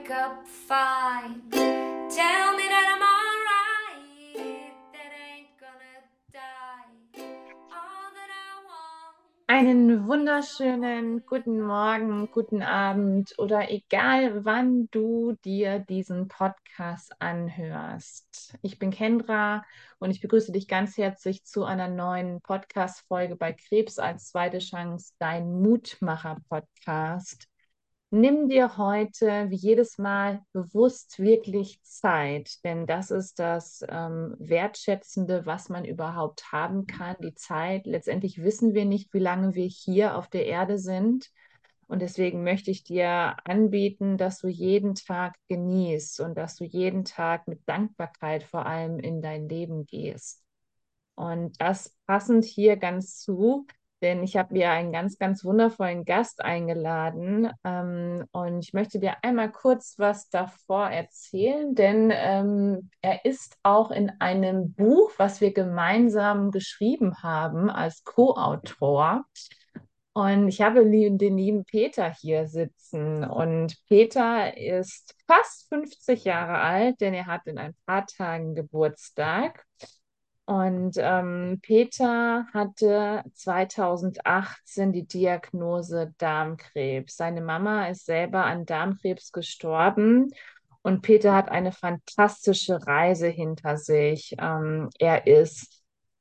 wake up fine. Tell me that I'm alright, that I ain't gonna die. All that I want Einen wunderschönen guten Morgen, guten Abend oder egal wann du dir diesen Podcast anhörst. Ich bin Kendra und ich begrüße dich ganz herzlich zu einer neuen Podcast-Folge bei Krebs als zweite Chance, dein Mutmacher-Podcast. Nimm dir heute, wie jedes Mal, bewusst wirklich Zeit, denn das ist das Wertschätzende, was man überhaupt haben kann, die Zeit. Letztendlich wissen wir nicht, wie lange wir hier auf der Erde sind. Und deswegen möchte ich dir anbieten, dass du jeden Tag genießt und dass du jeden Tag mit Dankbarkeit vor allem in dein Leben gehst. Und das passend hier ganz zu, denn ich habe mir einen ganz, ganz wundervollen Gast eingeladen. Und ich möchte dir einmal kurz was davor erzählen, denn er ist auch in einem Buch, was wir gemeinsam geschrieben haben als Co-Autor. Und ich habe den lieben Peter hier sitzen. Und Peter ist fast 50 Jahre alt, denn er hat in ein paar Tagen Geburtstag. Und Peter hatte 2018 die Diagnose Darmkrebs. Seine Mama ist selber an Darmkrebs gestorben und Peter hat eine fantastische Reise hinter sich. Er ist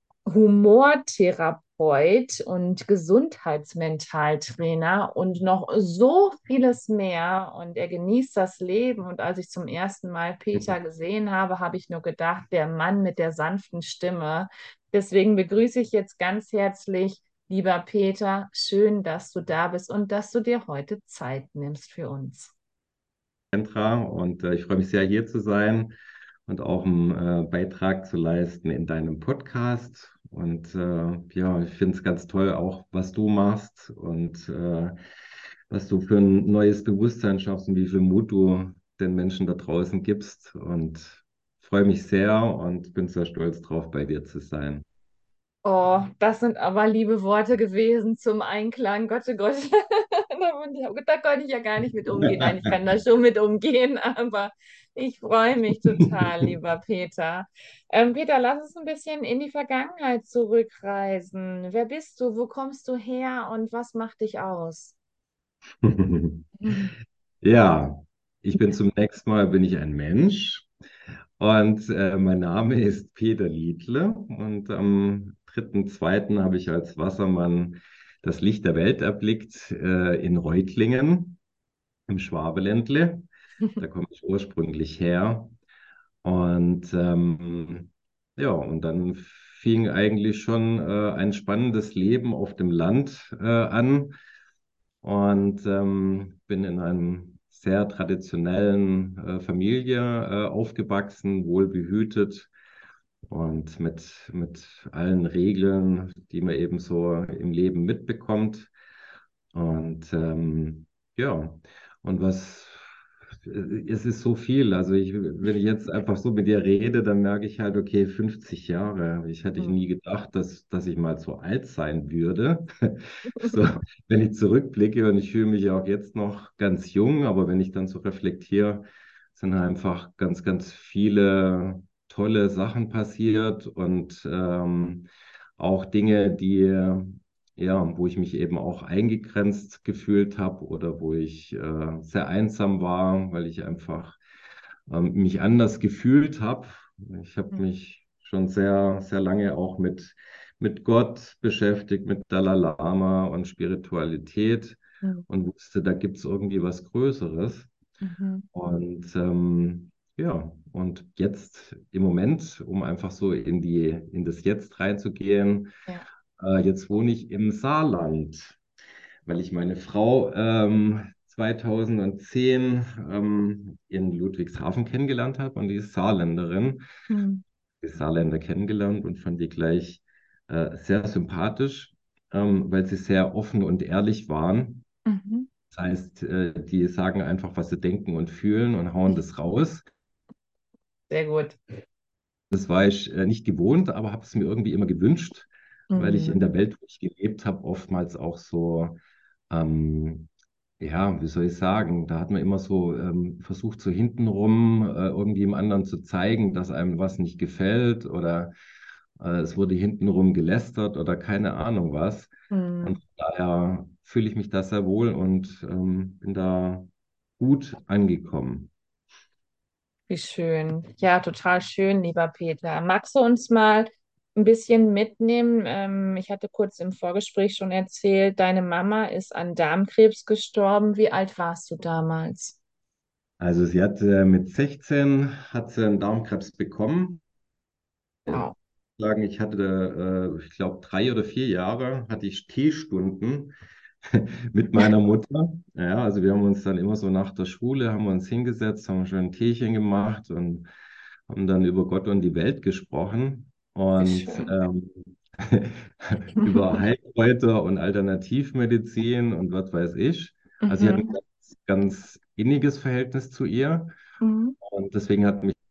Humortherapeut und Gesundheitsmentaltrainer und noch so vieles mehr. Und er genießt das Leben. Und als ich zum ersten Mal Peter gesehen habe, habe ich nur gedacht, der Mann mit der sanften Stimme. Deswegen begrüße ich jetzt ganz herzlich, lieber Peter. Schön, dass du da bist und dass du dir heute Zeit nimmst für uns. Centra und ich freue mich sehr, hier zu sein und auch einen Beitrag zu leisten in deinem Podcast. Und ja, ich finde es ganz toll, auch was du machst und was du für ein neues Bewusstsein schaffst und wie viel Mut du den Menschen da draußen gibst. Und freue mich sehr und bin sehr stolz drauf, bei dir zu sein. Oh, das sind aber liebe Worte gewesen zum Einklang. Gott, oh Gott. Da konnte ich ja gar nicht mit umgehen. Nein, ich kann da schon mit umgehen, aber ich freue mich total, lieber Peter. Peter, lass uns ein bisschen in die Vergangenheit zurückreisen. Wer bist du? Wo kommst du her und was macht dich aus? Ja, ich bin zunächst mal bin ich ein Mensch. Und mein Name ist Peter Liedle und am 3.2. habe ich als Wassermann das Licht der Welt erblickt in Reutlingen im Schwabeländle. Da komme ich ursprünglich her. Und ja, und dann fing eigentlich schon ein spannendes Leben auf dem Land an und bin in einem sehr traditionellen Familie aufgewachsen, wohlbehütet und mit allen Regeln, die man eben so im Leben mitbekommt. Und ja, und es ist so viel. Also wenn ich jetzt einfach so mit dir rede, dann merke ich halt, okay, 50 Jahre. Ich hätte nie gedacht, dass ich mal so alt sein würde. So, wenn ich zurückblicke und ich fühle mich ja auch jetzt noch ganz jung, aber wenn ich dann so reflektiere, sind einfach ganz, ganz viele tolle Sachen passiert und auch Dinge, ja, wo ich mich eben auch eingegrenzt gefühlt habe oder wo ich sehr einsam war, weil ich einfach mich anders gefühlt habe. Ich habe mich schon sehr, sehr lange auch mit Gott beschäftigt, mit Dalai Lama und Spiritualität und wusste, da gibt es irgendwie was Größeres. Mhm. Und ja, und jetzt im Moment, um einfach so in das Jetzt reinzugehen, Ja. jetzt wohne ich im Saarland, weil ich meine Frau 2010 in Ludwigshafen kennengelernt habe und die ist Saarländerin. Mhm. Die Saarländer kennengelernt und fand die gleich sehr sympathisch, weil sie sehr offen und ehrlich waren. Mhm. Das heißt, die sagen einfach, was sie denken und fühlen und hauen das raus. Sehr gut. Das war ich nicht gewohnt, aber habe es mir irgendwie immer gewünscht, weil ich in Mhm. der Welt, wo ich gelebt habe, oftmals auch so ähm, ja, wie soll ich sagen, da hat man immer so versucht, so hintenrum irgendwie dem anderen zu zeigen, dass einem was nicht gefällt oder es wurde hintenrum gelästert oder keine Ahnung was. Und Hm. von daher fühle ich mich da sehr wohl und bin da gut angekommen. Wie schön. Ja, total schön, lieber Peter. Magst du uns mal ein bisschen mitnehmen? Ich hatte kurz im Vorgespräch schon erzählt, deine Mama ist an Darmkrebs gestorben. Wie alt warst du damals? Also sie hat mit 16 hat sie einen Darmkrebs bekommen. Wow. Sagen, ich hatte, ich glaube, 3 oder 4 Jahre hatte ich Teestunden mit meiner Mutter. Ja, also wir haben uns dann immer so nach der Schule, haben wir uns hingesetzt, haben schön ein Teechen gemacht und haben dann über Gott und die Welt gesprochen Wie und schön. über Heilkräuter und Alternativmedizin und was weiß ich. Also ich hatte ein Mhm. ganz inniges Verhältnis zu ihr Mhm. und deswegen hat mich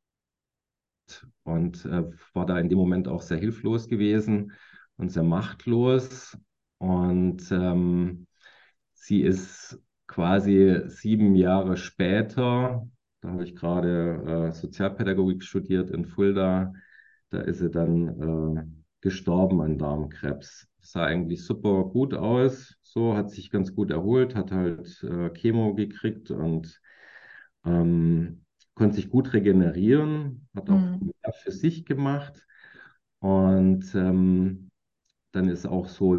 und war da in dem Moment auch sehr hilflos gewesen und sehr machtlos. Und sie ist quasi 7 Jahre später, da habe ich gerade Sozialpädagogik studiert in Fulda, da ist sie dann gestorben an Darmkrebs. Sah eigentlich super gut aus, so hat sich ganz gut erholt, hat halt Chemo gekriegt und ähm, konnte sich gut regenerieren, hat auch Mhm. mehr für sich gemacht. Und dann ist auch so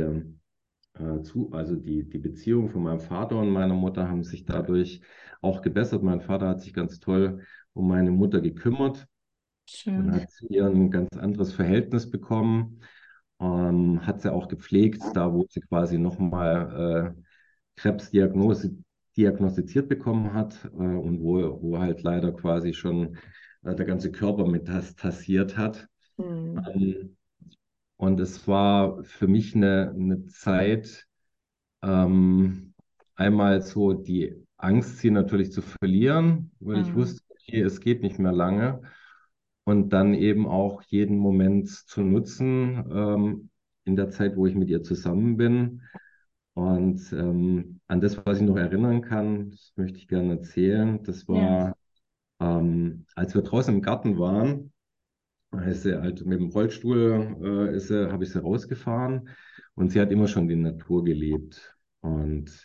also die Beziehung von meinem Vater und meiner Mutter haben sich dadurch auch gebessert. Mein Vater hat sich ganz toll um meine Mutter gekümmert und Schön. hat zu ihr ein ganz anderes Verhältnis bekommen. Hat sie auch gepflegt, da wo sie quasi nochmal Krebsdiagnose diagnostiziert bekommen hat und wo halt leider quasi schon der ganze Körper metastasiert hat. Mhm. Ähm, und es war für mich eine Zeit, ähm, einmal so die Angst, sie natürlich zu verlieren, weil ich Mhm. wusste, okay, es geht nicht mehr lange. Und dann eben auch jeden Moment zu nutzen, in der Zeit, wo ich mit ihr zusammen bin. Und an das, was ich noch erinnern kann, das möchte ich gerne erzählen. Das Ja. war, als wir draußen im Garten waren, ist sie halt mit dem Rollstuhl, habe ich sie rausgefahren und sie hat immer schon die Natur gelebt. Und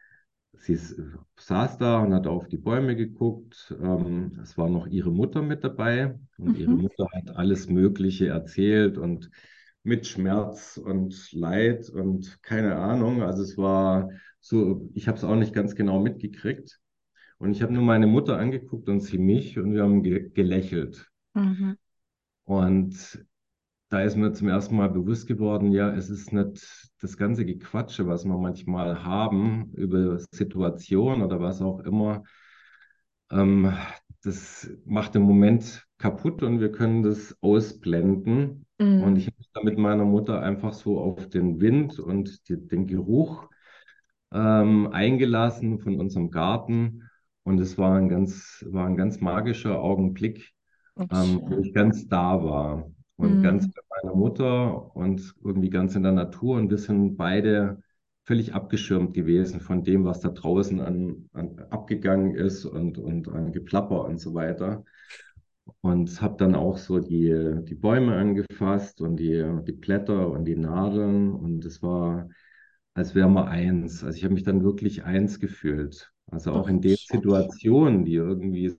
saß da und hat auf die Bäume geguckt. Es war noch ihre Mutter mit dabei und ihre Mhm. Mutter hat alles Mögliche erzählt und mit Schmerz und Leid und keine Ahnung. Also es war so, ich habe es auch nicht ganz genau mitgekriegt. Und ich habe nur meine Mutter angeguckt und sie mich und wir haben gelächelt. Mhm. Und da ist mir zum ersten Mal bewusst geworden, ja, es ist nicht das ganze Gequatsche, was wir manchmal haben über Situationen oder was auch immer. Ähm, Das macht den Moment kaputt und wir können das ausblenden. Und ich Mhm. habe mich da mit meiner Mutter einfach so auf den Wind und den Geruch eingelassen von unserem Garten. Und es war ein ganz magischer Augenblick, wo Schön. ich ganz da war und ganz Mhm. bei meiner Mutter und irgendwie ganz in der Natur. Und wir sind beide völlig abgeschirmt gewesen von dem, was da draußen an abgegangen ist und an Geplapper und so weiter. Und habe dann auch so die Bäume angefasst und die Blätter und die Nadeln. Und es war, als wären wir eins. Also ich habe mich dann wirklich eins gefühlt. Also auch Ach, in den schön. Situationen, die irgendwie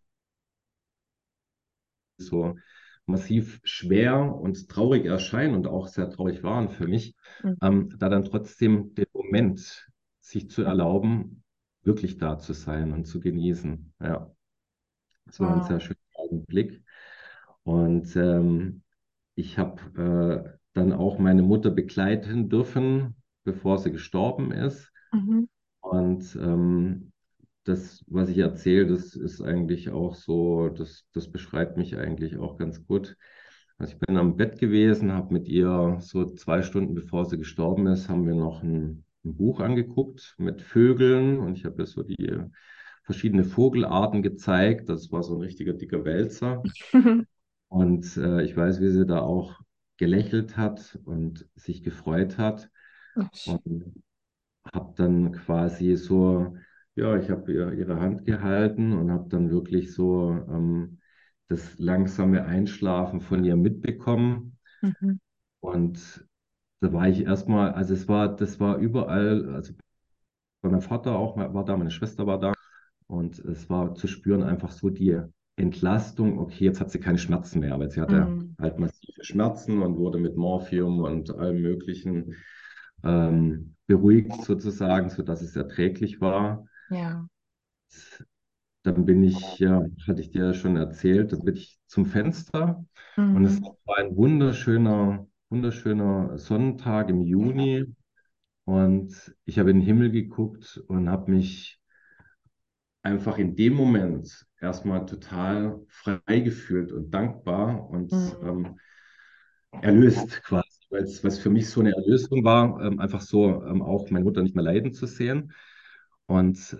so massiv schwer und traurig erscheinen und auch sehr traurig waren für mich, Mhm. da dann trotzdem den Moment sich zu erlauben, wirklich da zu sein und zu genießen. Ja, das war ein sehr Wow. schöner Augenblick. Und ich habe dann auch meine Mutter begleiten dürfen, bevor sie gestorben ist. Mhm. Und das, was ich erzähle, das ist eigentlich auch so, das beschreibt mich eigentlich auch ganz gut. Also ich bin am Bett gewesen, habe mit ihr so 2 Stunden bevor sie gestorben ist, haben wir noch ein Buch angeguckt mit Vögeln und ich habe ihr so die verschiedene Vogelarten gezeigt. Das war so ein richtiger dicker Wälzer. Und ich weiß, wie sie da auch gelächelt hat und sich gefreut hat. Ach, schön. Und habe habe dann quasi so, ja, ich habe ihre Hand gehalten und habe dann wirklich so das langsame Einschlafen von ihr mitbekommen. Mhm. Und da war ich erstmal, also das war überall, also mein Vater auch war da, meine Schwester war da. Und es war zu spüren einfach so die Entlastung, okay, jetzt hat sie keine Schmerzen mehr, weil sie hatte Mhm. halt massive Schmerzen und wurde mit Morphium und allem Möglichen beruhigt sozusagen, sodass es erträglich war. Ja. Dann bin ich, ja, hatte ich dir ja schon erzählt, dann bin ich zum Fenster und es Mhm. war ein wunderschöner Sonnentag im Juni und ich habe in den Himmel geguckt und habe mich einfach in dem Moment erstmal total frei gefühlt und dankbar und Mhm. erlöst quasi, weil es was für mich so eine Erlösung war, einfach so auch meine Mutter nicht mehr leiden zu sehen. Und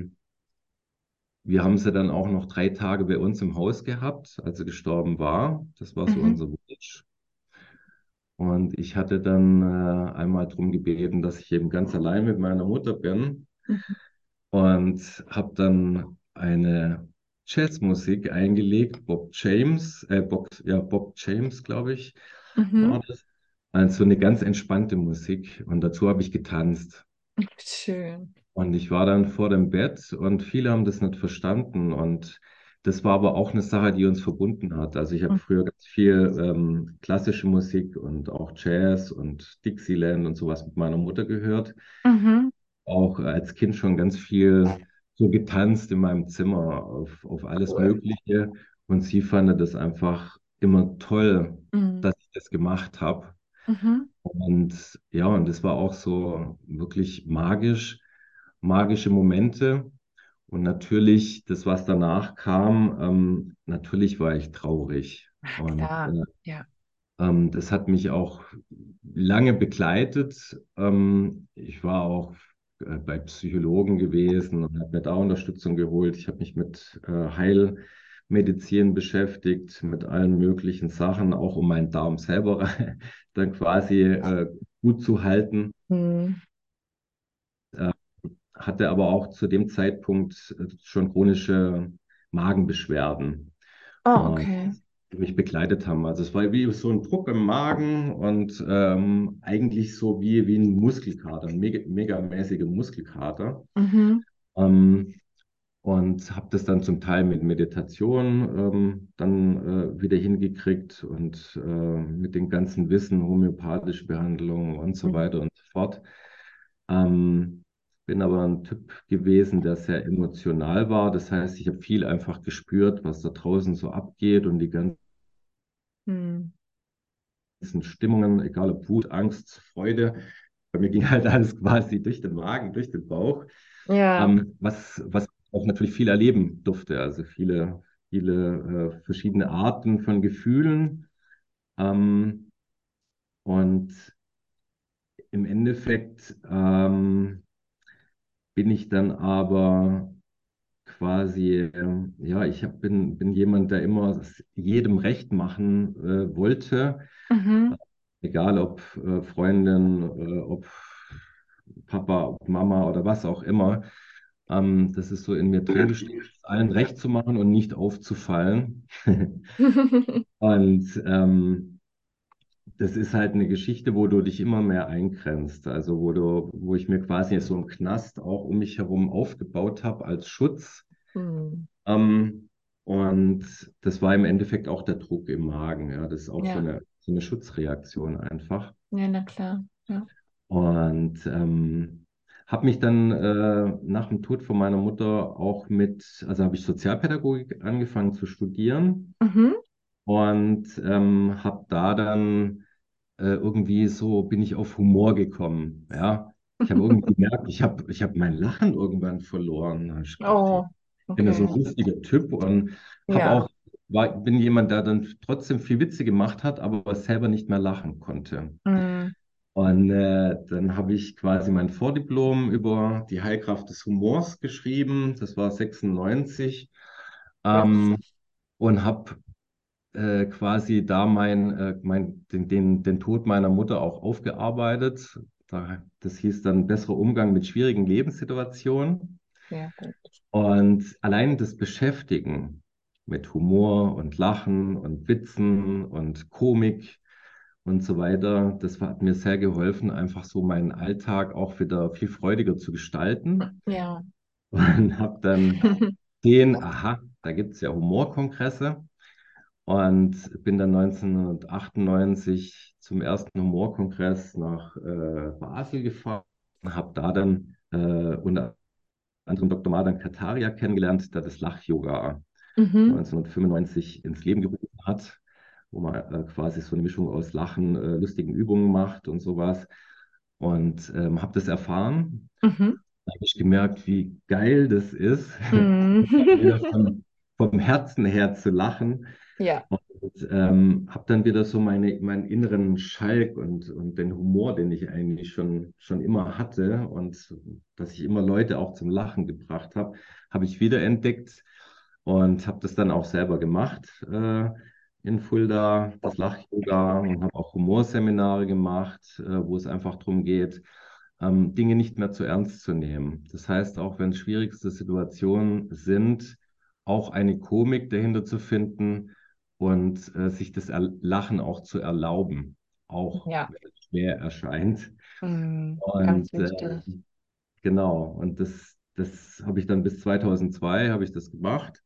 wir haben sie dann auch noch 3 Tage bei uns im Haus gehabt, als sie gestorben war. Das war so Mhm. unser Wunsch. Und ich hatte dann einmal darum gebeten, dass ich eben ganz allein mit meiner Mutter bin. Mhm. Und habe dann eine Jazzmusik eingelegt, Bob James, glaube ich, Mhm. war das. Also eine ganz entspannte Musik und dazu habe ich getanzt. Schön. Und ich war dann vor dem Bett und viele haben das nicht verstanden und das war aber auch eine Sache, die uns verbunden hat. Also ich habe früher ganz viel klassische Musik und auch Jazz und Dixieland und sowas mit meiner Mutter gehört, Mhm. auch als Kind schon ganz viel so getanzt in meinem Zimmer auf alles Cool. Mögliche. Und sie fand das einfach immer toll, Mhm. dass ich das gemacht habe. Mhm. Und ja, und das war auch so wirklich magische Momente. Und natürlich, das, was danach kam, natürlich war ich traurig. Ah, Und klar. Ja. das hat mich auch lange begleitet. Ich war auch bei Psychologen gewesen und habe mir da Unterstützung geholt. Ich habe mich mit Heilmedizin beschäftigt, mit allen möglichen Sachen, auch um meinen Darm selber dann quasi gut zu halten. Mhm. Äh, Hatte aber auch zu dem Zeitpunkt schon chronische Magenbeschwerden. Oh, Und okay. die mich begleitet haben. Also es war wie so ein Druck im Magen und eigentlich so wie ein Muskelkater, ein megamäßiger Muskelkater. Mhm. Ähm, und habe das dann zum Teil mit Meditation dann wieder hingekriegt und mit dem ganzen Wissen, homöopathische Behandlung und so Mhm. weiter und so fort. Ähm, Bin aber ein Typ gewesen, der sehr emotional war. Das heißt, ich habe viel einfach gespürt, was da draußen so abgeht und die ganzen Mhm. Stimmungen, egal ob Wut, Angst, Freude. Bei mir ging halt alles quasi durch den Magen, durch den Bauch, Ja. was auch natürlich viel erleben durfte. Also viele verschiedene Arten von Gefühlen. Ähm, und im Endeffekt bin ich dann aber quasi, ja, bin jemand, der immer es jedem recht machen wollte. Mhm. Egal ob Freundin, ob Papa, ob Mama oder was auch immer. Das ist so in mir drin gesteckt, es allen recht zu machen und nicht aufzufallen. Und das ist halt eine Geschichte, wo du dich immer mehr eingrenzt. Also wo ich mir quasi so einen Knast auch um mich herum aufgebaut habe als Schutz. Mhm. Ähm, und das war im Endeffekt auch der Druck im Magen. Ja, das ist auch Ja. so eine Schutzreaktion einfach. Ja, na klar. Ja. Und habe mich dann nach dem Tod von meiner Mutter auch also habe ich Sozialpädagogik angefangen zu studieren Mhm. und habe da dann irgendwie so bin ich auf Humor gekommen. Ja, ich habe irgendwie gemerkt, ich hab mein Lachen irgendwann verloren. Da hab ich gedacht, Oh, ich bin ja so okay. ein lustiger Typ und habe Ja. auch bin jemand, der dann trotzdem viel Witze gemacht hat, aber selber nicht mehr lachen konnte. Mhm. Und dann habe ich quasi mein Vordiplom über die Heilkraft des Humors geschrieben. Das war 96. Ja. Ähm, und habe quasi da den Tod meiner Mutter auch aufgearbeitet. Das hieß dann besserer Umgang mit schwierigen Lebenssituationen. Sehr gut. Und allein das Beschäftigen mit Humor und Lachen und Witzen und Komik und so weiter, hat mir sehr geholfen, einfach so meinen Alltag auch wieder viel freudiger zu gestalten. Ja. Und habe dann gesehen, aha, da gibt es ja Humorkongresse. Und bin dann 1998 zum ersten Humorkongress nach Basel gefahren und habe da dann unter anderem Dr. Madan Kataria kennengelernt, der das Lach-Yoga Mhm. 1995 ins Leben gerufen hat, wo man quasi so eine Mischung aus Lachen, lustigen Übungen macht und sowas. Und habe das erfahren. Mhm. Da habe ich gemerkt, wie geil das ist, Mhm. wieder vom Herzen her zu lachen. Ja, Und habe dann wieder so meinen inneren Schalk und den Humor, den ich eigentlich schon immer hatte und dass ich immer Leute auch zum Lachen gebracht habe, habe ich wiederentdeckt und habe das dann auch selber gemacht in Fulda, das Lach-Yoga, und habe auch Humorseminare gemacht, wo es einfach darum geht, Dinge nicht mehr zu ernst zu nehmen. Das heißt, auch wenn es schwierigste Situationen sind, auch eine Komik dahinter zu finden und sich das Lachen auch zu erlauben, auch ja. wenn es schwer erscheint. Ganz Und wichtig. genau, und das habe ich dann bis 2002 habe ich das gemacht.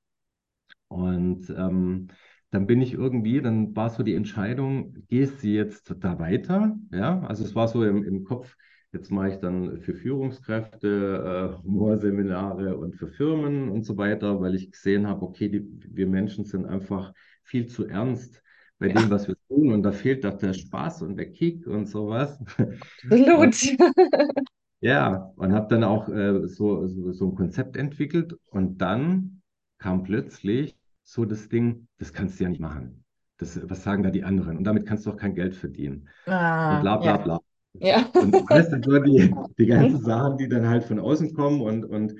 Und dann bin ich irgendwie, dann war so die Entscheidung, gehst du jetzt da weiter? Ja, also es war so im Kopf, jetzt mache ich dann für Führungskräfte Humorseminare und für Firmen und so weiter, weil ich gesehen habe, okay, wir Menschen sind einfach viel zu ernst bei dem, Ja, was wir tun, und da fehlt doch der Spaß und der Kick und sowas. Und absolut. ja, und habe dann auch so ein Konzept entwickelt, und dann kam plötzlich so das Ding, das kannst du ja nicht machen. Was sagen da die anderen? Und damit kannst du auch kein Geld verdienen. Und Ah, bla bla ja. bla. Ja. Und weißt du, so die ganzen Sachen, die dann halt von außen kommen, und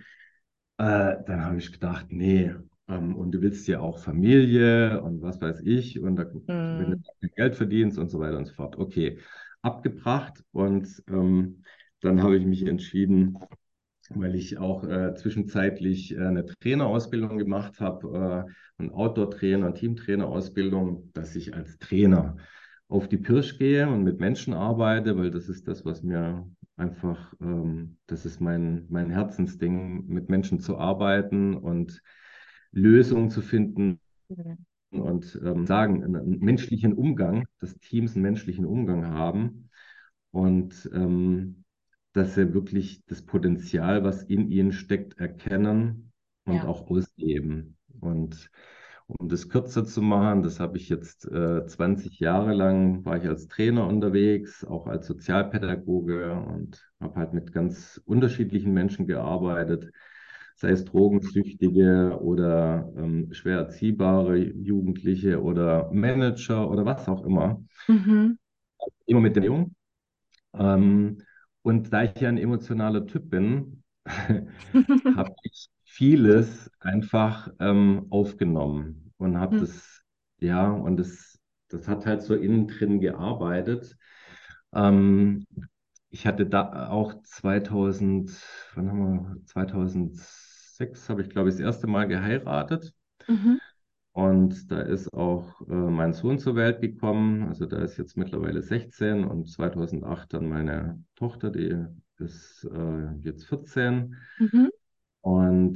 dann habe ich gedacht, nee, und du willst ja auch Familie und was weiß ich, und da, wenn du Hm, kein Geld verdienst und so weiter und so fort. Okay, abgebracht, und dann habe ich mich entschieden, weil ich auch zwischenzeitlich eine Trainerausbildung gemacht habe, eine Outdoor-Trainer- und Teamtrainer-Ausbildung, dass ich als Trainer auf die Pirsch gehe und mit Menschen arbeite, weil das ist das, was mir einfach, das ist mein Herzensding, mit Menschen zu arbeiten und Lösungen zu finden und sagen, einen menschlichen Umgang, dass Teams einen menschlichen Umgang haben, und dass sie wirklich das Potenzial, was in ihnen steckt, erkennen und ja. auch ausleben. Und um das kürzer zu machen, das habe ich jetzt 20 Jahre lang, war ich als Trainer unterwegs, auch als Sozialpädagoge, und habe halt mit ganz unterschiedlichen Menschen gearbeitet, sei es Drogensüchtige oder schwer erziehbare Jugendliche oder Manager oder was auch immer. Mhm. Immer mit den Jungen. Ähm, und da ich ja ein emotionaler Typ bin, habe ich vieles einfach aufgenommen und habe das, ja, und das hat halt so innen drin gearbeitet. Ähm, Ich hatte da auch 2000, wann haben wir, 2006 habe ich, glaube ich, das erste Mal geheiratet. Mhm. Und da ist auch mein Sohn zur Welt gekommen. Also da ist jetzt mittlerweile 16, und 2008 dann meine Tochter, die ist jetzt 14. Mhm. Und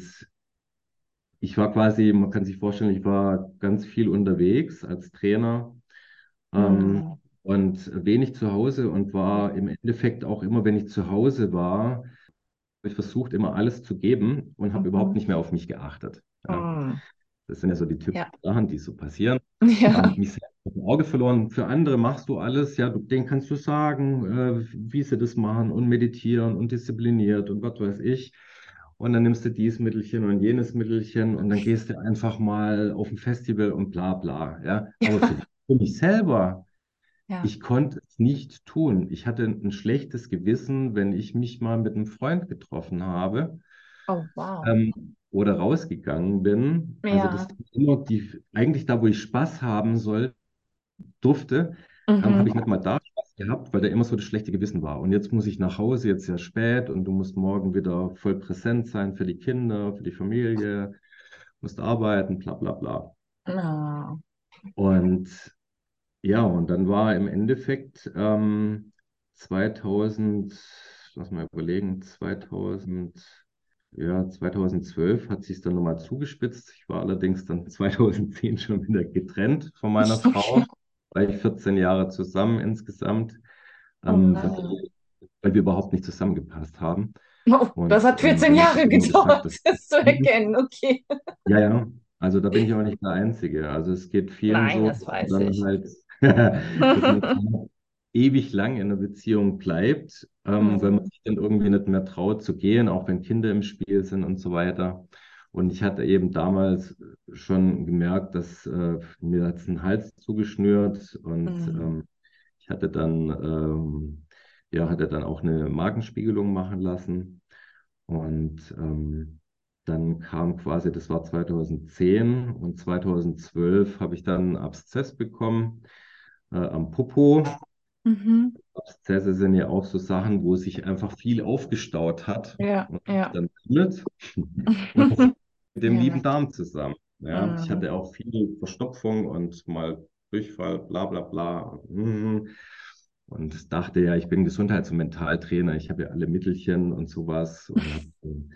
ich war quasi, man kann sich vorstellen, ich war ganz viel unterwegs als Trainer, ähm, Mhm. und wenig zu Hause, und war im Endeffekt auch immer, wenn ich zu Hause war, habe ich versucht, immer alles zu geben und habe überhaupt Mhm. nicht mehr auf mich geachtet. Ja. Mhm. Das sind ja so die Ja. typischen Sachen, die so passieren. Ja. Mich selbst aus dem Auge verloren. Für andere machst du alles, ja, denen kannst du sagen, wie sie das machen, und meditieren und diszipliniert und was weiß ich. Und dann nimmst du dies Mittelchen und jenes Mittelchen, und dann gehst du einfach mal auf ein Festival und bla bla. Ja. Aber für mich selber, Ja. ich konnte es nicht tun. Ich hatte ein schlechtes Gewissen, wenn ich mich mal mit einem Freund getroffen habe, Oh, wow. oder rausgegangen bin. Also das Ja. immer eigentlich da, wo ich Spaß haben soll, durfte, habe Mhm. ich nicht mal da Spaß gehabt, weil da immer so das schlechte Gewissen war. Und jetzt muss ich nach Hause, jetzt sehr spät und du musst morgen wieder voll präsent sein für die Kinder, für die Familie, musst arbeiten, bla bla bla. Ah. Und ja, und dann war im Endeffekt 2000, lass mal überlegen, 2012 hat sich dann nochmal zugespitzt. Ich war allerdings dann 2010 schon wieder getrennt von meiner Okay. Frau, weil ich 14 Jahre zusammen insgesamt, Oh nein. weil wir überhaupt nicht zusammengepasst haben. Oh, Und das hat 14 dann habe Jahre ich immer gesagt, gedauert, dass das zu erkennen. Okay. ja, ja, also da bin ich auch nicht der Einzige. Also es geht vielen Nein, so, das dass man weiß dann ich. halt, dass man ewig lang in einer Beziehung bleibt, weil man Hm. sich dann irgendwie nicht mehr traut zu gehen, auch wenn Kinder im Spiel sind und so weiter. Und ich hatte eben damals schon gemerkt, dass mir hat's den Hals zugeschnürt und Hm. ich hatte dann auch eine Magenspiegelung machen lassen. Und dann kam quasi, das war 2010 und 2012 habe ich dann einen Abszess bekommen am Popo. Mhm. Abszesse sind ja auch so Sachen, wo sich einfach viel aufgestaut hat Ja, und ja. dann bildet. Und das hängt mit dem Ja, lieben ne. Darm zusammen. Ja, ich Hm. hatte auch viel Verstopfung und mal Durchfall, bla bla bla. Und dachte ja, ich bin Gesundheits- und Mentaltrainer, ich habe ja alle Mittelchen und sowas und habe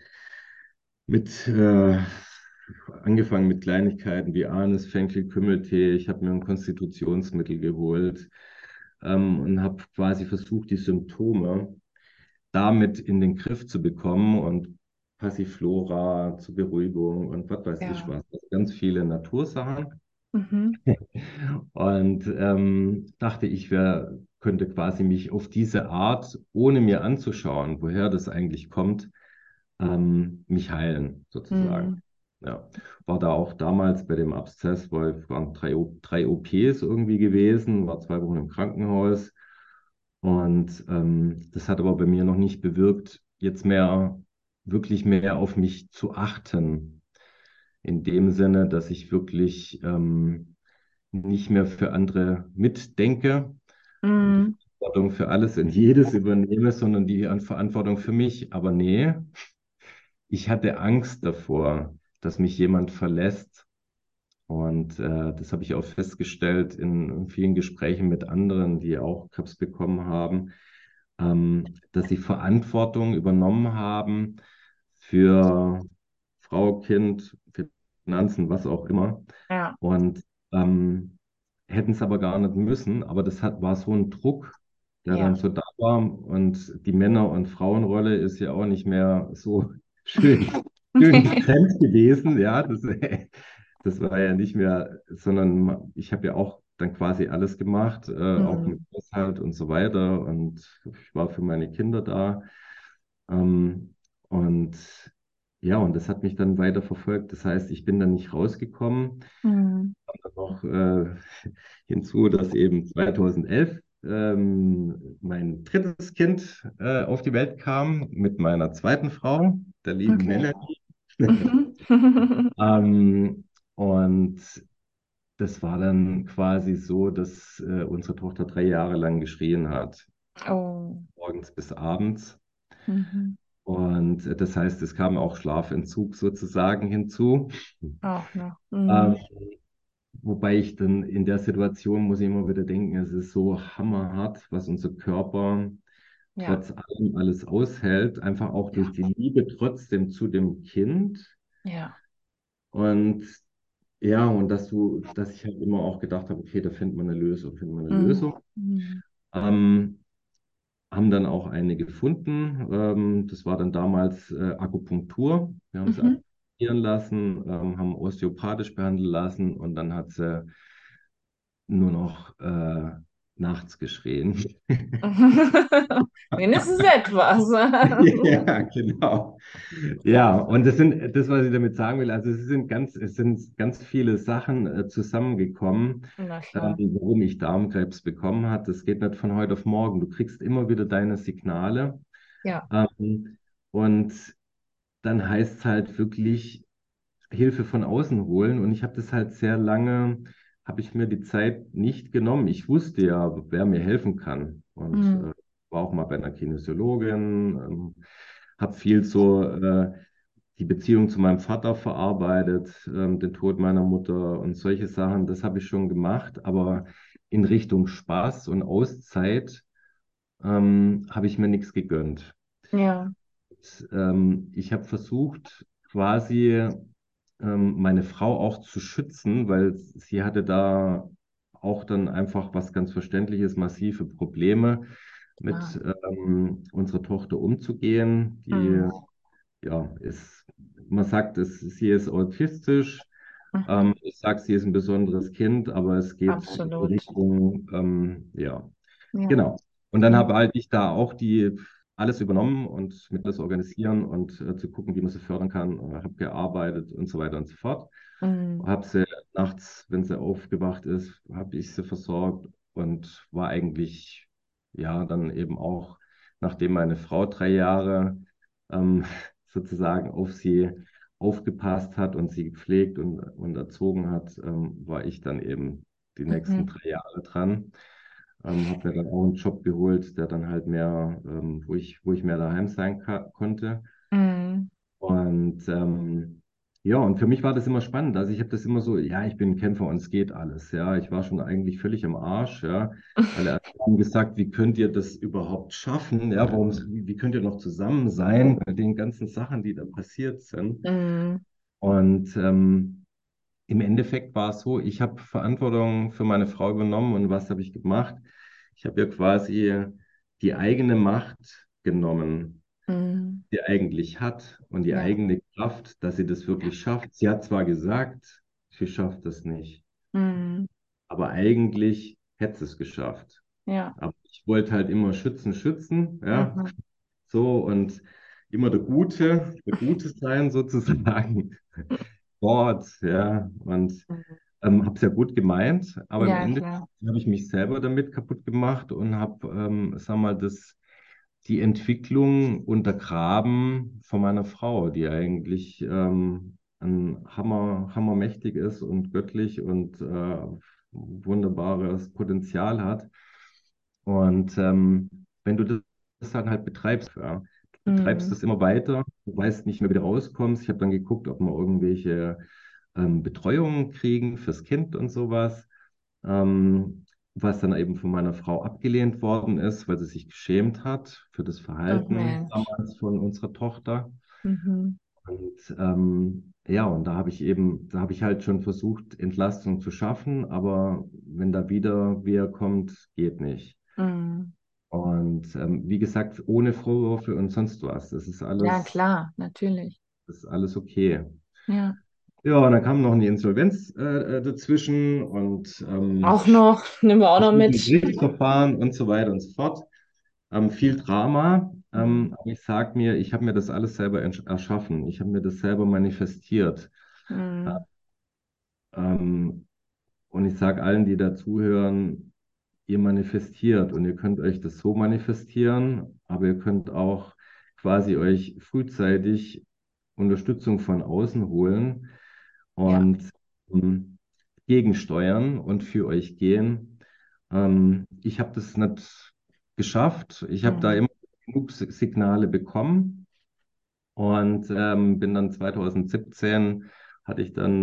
mit angefangen mit Kleinigkeiten wie Anis, Fenchel, Kümmeltee. Ich habe mir ein Konstitutionsmittel geholt und habe quasi versucht, die Symptome damit in den Griff zu bekommen und Passiflora zur Beruhigung und was weiß ich Ja. was. Also ganz viele Natursachen. Mhm. Und dachte, könnte quasi mich auf diese Art, ohne mir anzuschauen, woher das eigentlich kommt, mich heilen, sozusagen. Mhm. Ja, war da auch damals bei dem Abszess, weil es waren drei OPs irgendwie gewesen, war 2 Wochen im Krankenhaus. Und das hat aber bei mir noch nicht bewirkt, jetzt wirklich mehr auf mich zu achten. In dem Sinne, dass ich wirklich nicht mehr für andere mitdenke und die Mhm. Verantwortung für alles und jedes übernehme, sondern die Verantwortung für mich. Aber nee, ich hatte Angst davor, dass mich jemand verlässt. Und das habe ich auch festgestellt in vielen Gesprächen mit anderen, die auch Krebs bekommen haben, dass sie Verantwortung übernommen haben für Frau, Kind, Finanzen, was auch immer. Ja. Und ähm, hätten es aber gar nicht müssen. Aber war so ein Druck, der dann Ja. so da war. Und die Männer- und Frauenrolle ist ja auch nicht mehr so schön getrennt gewesen. Ja, das war ja nicht mehr, sondern ich habe ja auch dann quasi alles gemacht, auch mit Mhm. Haushalt und so weiter. Und ich war für meine Kinder da. Ähm, und ja, und das hat mich dann weiter verfolgt. Das heißt, ich bin dann nicht rausgekommen. Mhm. Dann noch hinzu, dass eben 2011 mein drittes Kind auf die Welt kam mit meiner zweiten Frau, der lieben Okay. Melanie. Mhm. Ähm, und das war dann quasi so, dass unsere Tochter 3 Jahre lang geschrien hat, Oh. morgens bis abends. Mhm. Und das heißt, es kam auch Schlafentzug sozusagen hinzu. Auch noch. Ähm, Mhm. wobei ich dann in der Situation muss ich immer wieder denken, es ist so hammerhart, was unser Körper Ja. trotz allem alles aushält, einfach auch durch Ja. die Liebe trotzdem zu dem Kind. Ja. Und ja, und dass ich halt immer auch gedacht habe, okay, da findet man eine Lösung, findet man eine Mhm. Lösung. Mhm. Ähm, haben dann auch eine gefunden. Das war dann damals Akupunktur. Wir haben sie Mhm. akupunktieren lassen, haben osteopathisch behandeln lassen und dann hat sie nur noch nachts geschrien. Wenigstens etwas. Ja, genau. Ja, und was ich damit sagen will, also es sind ganz viele Sachen zusammengekommen, Na klar. warum ich Darmkrebs bekommen habe. Das geht nicht von heute auf morgen. Du kriegst immer wieder deine Signale. Ja. Ähm, und dann heißt es halt wirklich Hilfe von außen holen. Und ich habe das halt sehr lange, habe ich mir die Zeit nicht genommen. Ich wusste ja, wer mir helfen kann. und Mhm. war auch mal bei einer Kinesiologin, habe viel so die Beziehung zu meinem Vater verarbeitet, den Tod meiner Mutter und solche Sachen. Das habe ich schon gemacht, aber in Richtung Spaß und Auszeit habe ich mir nichts gegönnt. Ja. Ich habe versucht, quasi meine Frau auch zu schützen, weil sie hatte da auch dann einfach was ganz Verständliches, massive Probleme Ah. mit unserer Tochter umzugehen. Die Mhm. ja, man sagt, sie ist autistisch. Mhm. Ich sage, sie ist ein besonderes Kind, aber es geht in die Absolut. Richtung, ja. Ja. Genau. Und dann Mhm. habe halt ich da auch alles übernommen und mit das organisieren und zu gucken, wie man sie fördern kann. Habe gearbeitet und so weiter und so fort. Mhm. Habe sie nachts, wenn sie aufgewacht ist, habe ich sie versorgt und war eigentlich, ja, dann eben auch, nachdem meine Frau 3 Jahre ähm, sozusagen auf sie aufgepasst hat und sie gepflegt und erzogen hat, war ich dann eben die nächsten Mhm. 3 Jahre dran. Habe mir dann auch einen Job geholt, der dann halt mehr, wo ich mehr daheim sein konnte. Mhm. Und ja, und für mich war das immer spannend. Also ich habe das immer so, ja, ich bin ein Kämpfer und es geht alles. Ja, ich war schon eigentlich völlig am Arsch. Ja, alle haben gesagt, wie könnt ihr das überhaupt schaffen? Ja, wie könnt ihr noch zusammen sein bei den ganzen Sachen, die da passiert sind? Mhm. Und im Endeffekt war es so, ich habe Verantwortung für meine Frau übernommen und was habe ich gemacht? Ich habe ihr quasi die eigene Macht genommen, Mhm. die eigentlich hat und die Ja. eigene Kraft, dass sie das wirklich schafft. Sie hat zwar gesagt, sie schafft das nicht, Mhm. aber eigentlich hätte sie es geschafft. Ja. Aber ich wollte halt immer schützen, schützen, ja, Mhm. so und immer der Gute sein sozusagen. Wort, ja, und Mhm. habe es ja gut gemeint, aber im Ja, Endeffekt klar. habe ich mich selber damit kaputt gemacht und habe, sag mal, die Entwicklung untergraben von meiner Frau, die eigentlich ein hammermächtig ist und göttlich und wunderbares Potenzial hat. Und wenn du das dann halt betreibst, ja, du treibst Mhm. das immer weiter, du weißt nicht mehr, wie du rauskommst. Ich habe dann geguckt, ob wir irgendwelche Betreuungen kriegen fürs Kind und sowas, was dann eben von meiner Frau abgelehnt worden ist, weil sie sich geschämt hat für das Ach Verhalten Mensch. damals von unserer Tochter. Mhm. Und ja, und da habe ich halt schon versucht, Entlastung zu schaffen, aber wenn da wieder wer kommt, geht nicht. Mhm. Und wie gesagt, ohne Vorwürfe und sonst was. Ja, klar, natürlich. Das ist alles okay. Ja. Ja, und dann kam noch eine Insolvenz dazwischen und Auch noch, nehmen wir auch noch verschiedene mit. Gerichtsverfahren und so weiter und so fort. Viel Drama, Mhm. aber ich sage mir, ich habe mir das alles selber erschaffen. Ich habe mir das selber manifestiert. Mhm. Ähm, und ich sage allen, die da zuhören, ihr manifestiert und ihr könnt euch das so manifestieren, aber ihr könnt auch quasi euch frühzeitig Unterstützung von außen holen Ja. und gegensteuern und für euch gehen. Ich habe das nicht geschafft. Ich habe da Mhm. immer genug Signale bekommen und bin dann 2017 hatte ich dann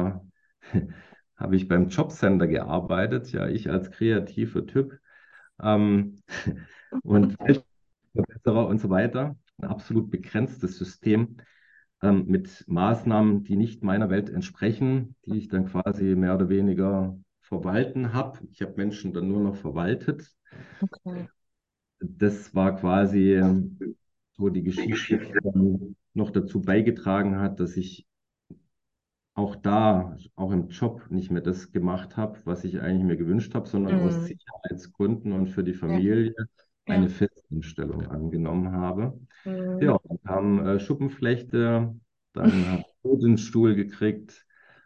habe ich beim Jobcenter gearbeitet, ja, ich als kreativer Typ ähm, und Verbesserer und so weiter. Ein absolut begrenztes System mit Maßnahmen, die nicht meiner Welt entsprechen, die ich dann quasi mehr oder weniger verwalten habe. Ich habe Menschen dann nur noch verwaltet. Okay. Das war quasi so die Geschichte, die dann noch dazu beigetragen hat, dass ich auch da, auch im Job nicht mehr das gemacht habe, was ich eigentlich mir gewünscht habe, sondern aus Mhm. Sicherheitsgründen und für die Ja. Familie Ja. eine Festanstellung angenommen habe. Mhm. Ja, dann kamen Schuppenflechte, dann habe ich den Stuhl gekriegt,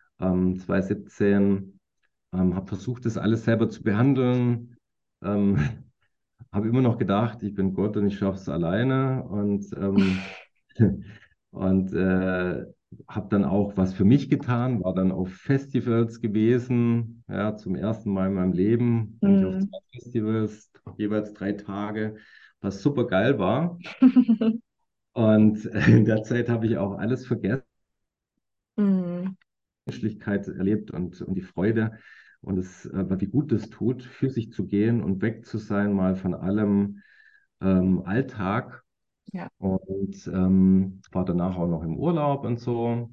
2017, habe versucht, das alles selber zu behandeln, ähm, habe immer noch gedacht, ich bin Gott und ich schaffe es alleine und habe dann auch was für mich getan, war dann auf Festivals gewesen, ja, zum ersten Mal in meinem Leben bin ich auf Mhm. 2 Festivals jeweils 3 Tage, was super geil war. Und in der Zeit habe ich auch alles vergessen, Mm, Menschlichkeit erlebt und die Freude und wie gut es tut, für sich zu gehen und weg zu sein, mal von allem Alltag. ja, Und war danach auch noch im Urlaub und so.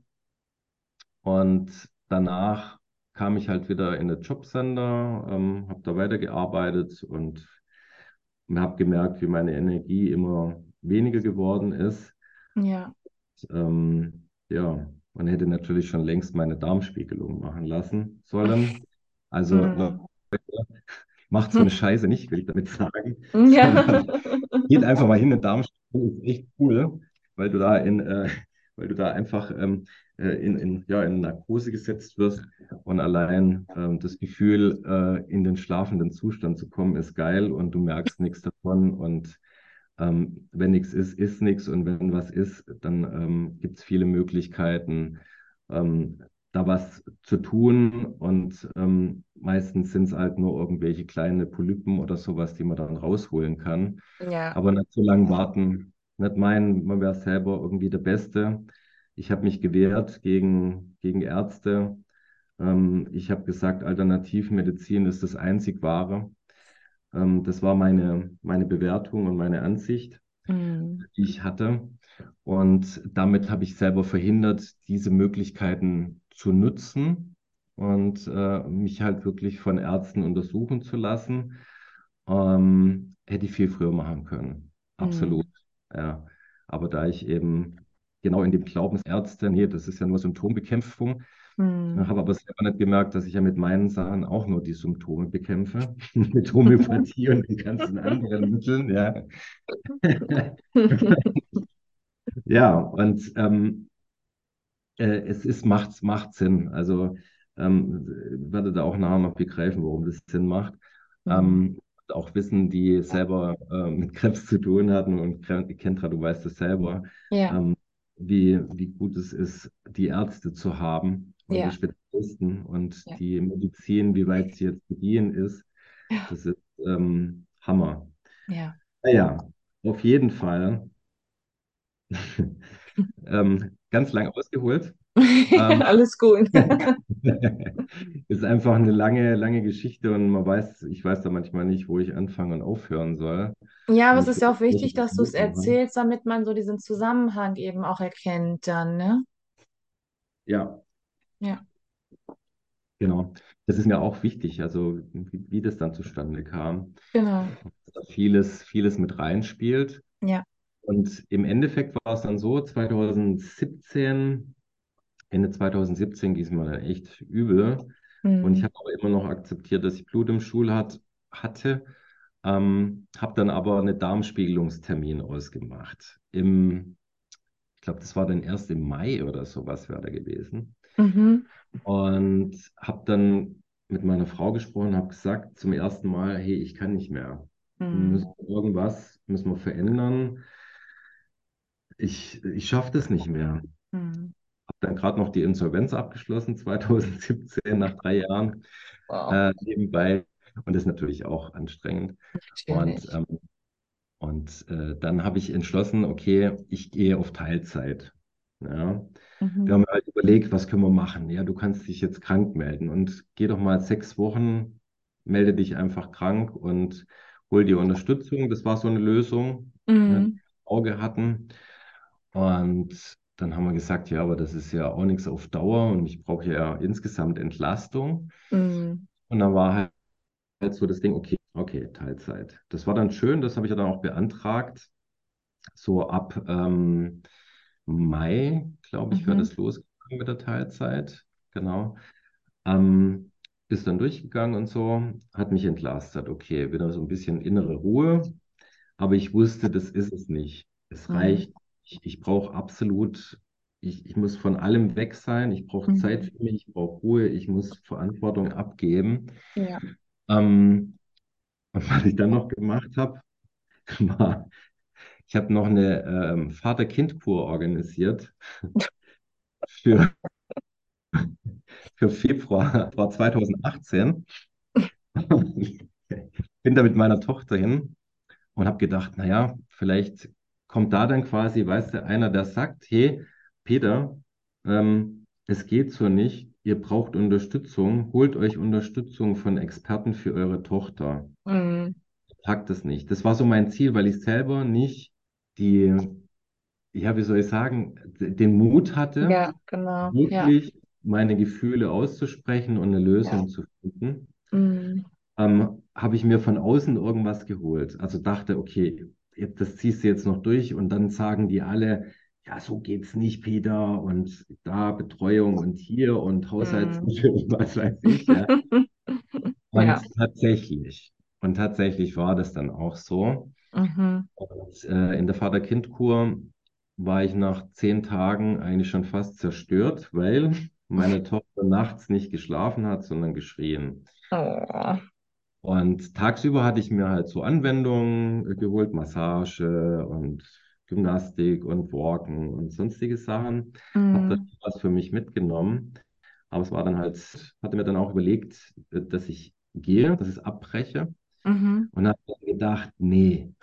Und danach kam ich halt wieder in den Jobcenter, habe da weitergearbeitet und habe gemerkt, wie meine Energie immer weniger geworden ist. ja. Ja, man hätte natürlich schon längst meine Darmspiegelung machen lassen sollen. Also Leute, Mm. macht so eine Scheiße nicht, will ich damit sagen, Ja. sondern geht einfach mal hin. Eine Darmspiegelung ist echt cool, weil du da weil du da einfach ja, in Narkose gesetzt wirst und allein das Gefühl, in den schlafenden Zustand zu kommen, ist geil und du merkst nichts davon und wenn nichts ist, ist nichts und wenn was ist, dann gibt es viele Möglichkeiten, da was zu tun und meistens sind es halt nur irgendwelche kleine Polypen oder sowas, die man dann rausholen kann. Ja. Aber nicht so lange warten, nicht meinen, man wäre selber irgendwie der Beste. Ich habe mich gewehrt gegen Ärzte. Ich habe gesagt, Alternativmedizin ist das einzig Wahre. Das war meine Bewertung und meine Ansicht, Mm. die ich hatte. Und damit habe ich selber verhindert, diese Möglichkeiten zu nutzen und mich halt wirklich von Ärzten untersuchen zu lassen. Hätte ich viel früher machen können. Absolut. Mm. Ja. Aber da ich eben genau in dem Glaubensärzte, nee, das ist ja nur Symptombekämpfung, Mm. habe aber selber nicht gemerkt, dass ich ja mit meinen Sachen auch nur die Symptome bekämpfe. Mit Homöopathie und den ganzen anderen Mitteln, ja. Ja, und macht Sinn. Also werde da auch nachher noch begreifen, warum das Sinn macht. Mm. Auch wissen, die selber mit Krebs zu tun hatten und Kendra, du weißt es selber, Ja, ähm, wie gut es ist, die Ärzte zu haben und die ja, Spezialisten und ja, die Medizin, wie weit sie jetzt gediehen ist, ja, das ist Hammer. ja. Naja, auf jeden Fall ganz lang ausgeholt. Ähm, Alles gut. Ist einfach eine lange, lange Geschichte und ich weiß da manchmal nicht, wo ich anfangen und aufhören soll. Ja, aber Und es ich ist will ja das auch wichtig, nicht dass du es aufmachen. erzählst, damit man so diesen Zusammenhang eben auch erkennt dann, ne? Ja, Ja, genau. Das ist mir auch wichtig, also wie das dann zustande kam. genau. Dass da vieles mit reinspielt. Ja. Und im Endeffekt war es dann so, 2017, Ende 2017 ging es mir dann echt übel. Und ich Mm. habe aber immer noch akzeptiert, dass ich Blut im Stuhl hatte. Habe dann aber einen Darmspiegelungstermin ausgemacht. Ich glaube, das war dann erst im Mai oder sowas wäre da gewesen. Mhm. Und habe dann mit meiner Frau gesprochen, habe gesagt zum ersten Mal, hey, ich kann nicht mehr. Mm. Irgendwas müssen wir verändern. Ich schaffe das nicht mehr. Mm. Habe dann gerade noch die Insolvenz abgeschlossen, 2017, nach 3 Jahren Wow, nebenbei. Und das ist natürlich auch anstrengend. Und, natürlich. ähm, und dann habe ich entschlossen, okay, ich gehe auf Teilzeit. Ja. Wir Mhm. haben halt überlegt, was können wir machen? Ja, du kannst dich jetzt krank melden und geh doch mal 6 Wochen, melde dich einfach krank und hol dir Unterstützung. Das war so eine Lösung, ne, die Mm. wir im Auge hatten. Und dann haben wir gesagt, ja, aber das ist ja auch nichts auf Dauer und ich brauche ja insgesamt Entlastung. Mm. Und dann war halt so das Ding, okay, Teilzeit. Das war dann schön, das habe ich ja dann auch beantragt. So ab Mai, glaube ich, wäre Mhm. das losgegangen mit der Teilzeit. Genau. Ähm, Ist dann durchgegangen und so, hat mich entlastet. Okay, wieder so ein bisschen innere Ruhe. Aber ich wusste, das ist es nicht. Es Mm. reicht. Ich brauche absolut, ich muss von allem weg sein. Ich brauche Zeit Mm. für mich, ich brauche Ruhe, ich muss Verantwortung abgeben. Ja. Und was ich dann noch gemacht habe, war, ich habe noch eine Vater-Kind-Kur organisiert für, für Februar 2018. bin da mit meiner Tochter hin und habe gedacht, naja, vielleicht kommt da dann quasi, weißt du, einer, der sagt, hey, Peter, es geht so nicht, ihr braucht Unterstützung, holt euch Unterstützung von Experten für eure Tochter. Mhm. Packt es nicht. Das war so mein Ziel, weil ich selber nicht die, ja, wie soll ich sagen, den Mut hatte, Ja, genau. Ja, wirklich meine Gefühle auszusprechen und eine ja. Lösung zu finden. Mhm. Habe ich mir von außen irgendwas geholt. Also dachte, okay, das ziehst du jetzt noch durch und dann sagen die alle, ja, so geht's nicht, Peter, und da Betreuung und hier und Mhm. Haushaltshilfe und was weiß ich, ja. Ja. Und tatsächlich war das dann auch so. Mhm. Und in der Vater-Kind-Kur war ich nach 10 Tagen eigentlich schon fast zerstört, weil meine Tochter nachts nicht geschlafen hat, sondern geschrien. Oh. Und tagsüber hatte ich mir halt so Anwendungen geholt, Massage und Gymnastik und Walken und sonstige Sachen. Habe da Mhm. was für mich mitgenommen. Aber es war dann halt, hatte mir dann auch überlegt, dass ich gehe, dass ich es abbreche. Mhm. Und habe dann gedacht, nee,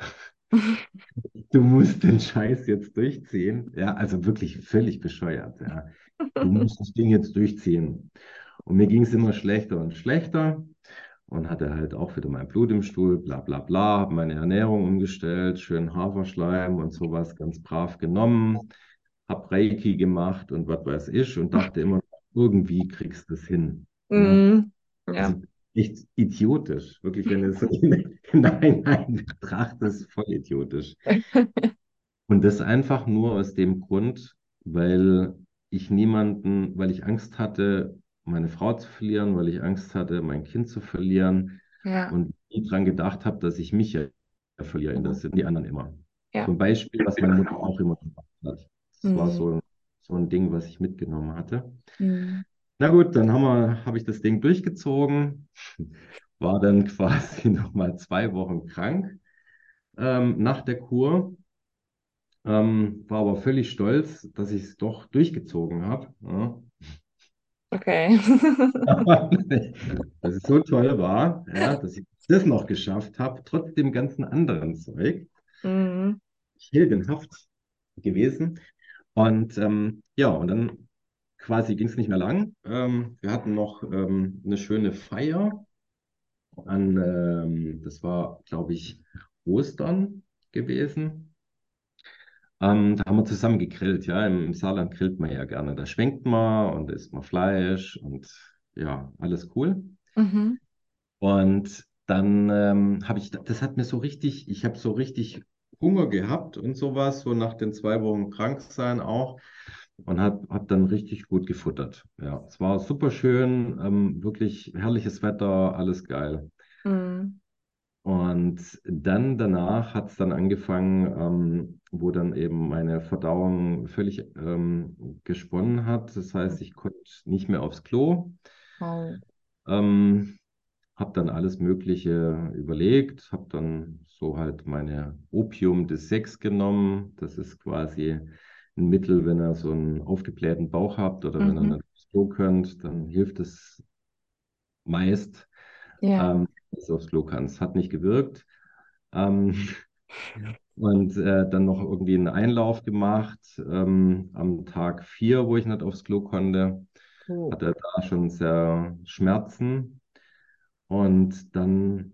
du musst den Scheiß jetzt durchziehen. Ja, also wirklich völlig bescheuert. Ja. Du musst das Ding jetzt durchziehen. Und mir ging es immer schlechter und schlechter und hatte halt auch wieder mein Blut im Stuhl, bla bla bla, habe meine Ernährung umgestellt, schön Haferschleim und sowas ganz brav genommen, habe Reiki gemacht und was weiß ich und dachte immer, irgendwie kriegst du es hin. Ne? Mhm. Also Ja. echt idiotisch, wirklich, wenn du es so im Nachhinein betrachtest, voll idiotisch. Und das einfach nur aus dem Grund, weil weil ich Angst hatte, meine Frau zu verlieren, weil ich Angst hatte, mein Kind zu verlieren Ja. und nie dran gedacht habe, dass ich mich ja verliere in das, die anderen immer. Ja. So ein Beispiel, was meine Mutter auch immer gemacht hat. Das war Mhm. so ein Ding, was ich mitgenommen hatte. Mhm. Na gut, habe ich das Ding durchgezogen, war dann quasi nochmal 2 Wochen krank nach der Kur. War aber völlig stolz, dass ich es doch durchgezogen habe. Ja. Okay. Dass es so toll war, ja, dass ich das noch geschafft habe, trotz dem ganzen anderen Zeug. Mhm. Heldenhaft gewesen. Und ja, und dann quasi ging es nicht mehr lang. Wir hatten noch eine schöne Feier das war, glaube ich, Ostern gewesen. Da haben wir zusammen gegrillt, ja. Im Saarland grillt man ja gerne. Da schwenkt man und isst man Fleisch und ja, alles cool. Mhm. Und dann das hat mir so richtig, ich habe so richtig Hunger gehabt und sowas, so nach den 2 Wochen Kranksein auch. Und hab dann richtig gut gefuttert. Ja, es war super schön, wirklich herrliches Wetter, alles geil. Mhm. Und dann danach hat es dann angefangen, wo dann eben meine Verdauung völlig gesponnen hat. Das heißt, ich konnte nicht mehr aufs Klo. Oh. Ähm, habe dann alles Mögliche überlegt, habe dann so halt meine Opium des Sex genommen. Das ist quasi ein Mittel, wenn ihr so einen aufgeblähten Bauch habt oder wenn ihr Mhm. nicht aufs Klo könnt, dann hilft es meist, Ja. dass du aufs Klo kannst. Hat nicht gewirkt. Ähm, und dann noch irgendwie einen Einlauf gemacht am Tag 4, wo ich nicht aufs Klo konnte. Oh. Hatte da schon sehr Schmerzen. Und dann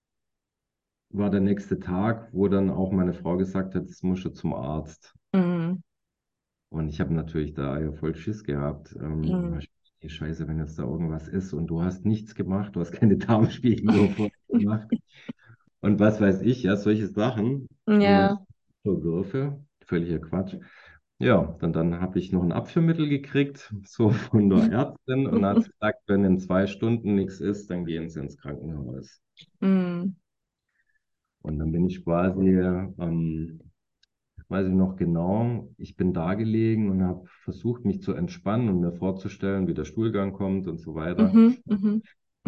war der nächste Tag, wo dann auch meine Frau gesagt hat, jetzt musst du zum Arzt. Mhm. Und ich habe natürlich da ja voll Schiss gehabt. Mhm. Die Scheiße, wenn jetzt da irgendwas ist und du hast nichts gemacht, du hast keine Darmspiegelung vorher gemacht und was weiß ich, ja, solche Sachen. Und dann Ja. so Würfe, völliger Quatsch. Ja, dann habe ich noch ein Abführmittel gekriegt, so von der Ärztin, und hat gesagt, wenn in 2 Stunden nichts ist, dann gehen Sie ins Krankenhaus. Mhm. Und dann bin ich quasi, weiß ich noch genau, ich bin da gelegen und habe versucht, mich zu entspannen und mir vorzustellen, wie der Stuhlgang kommt und so weiter. Mhm. Mhm.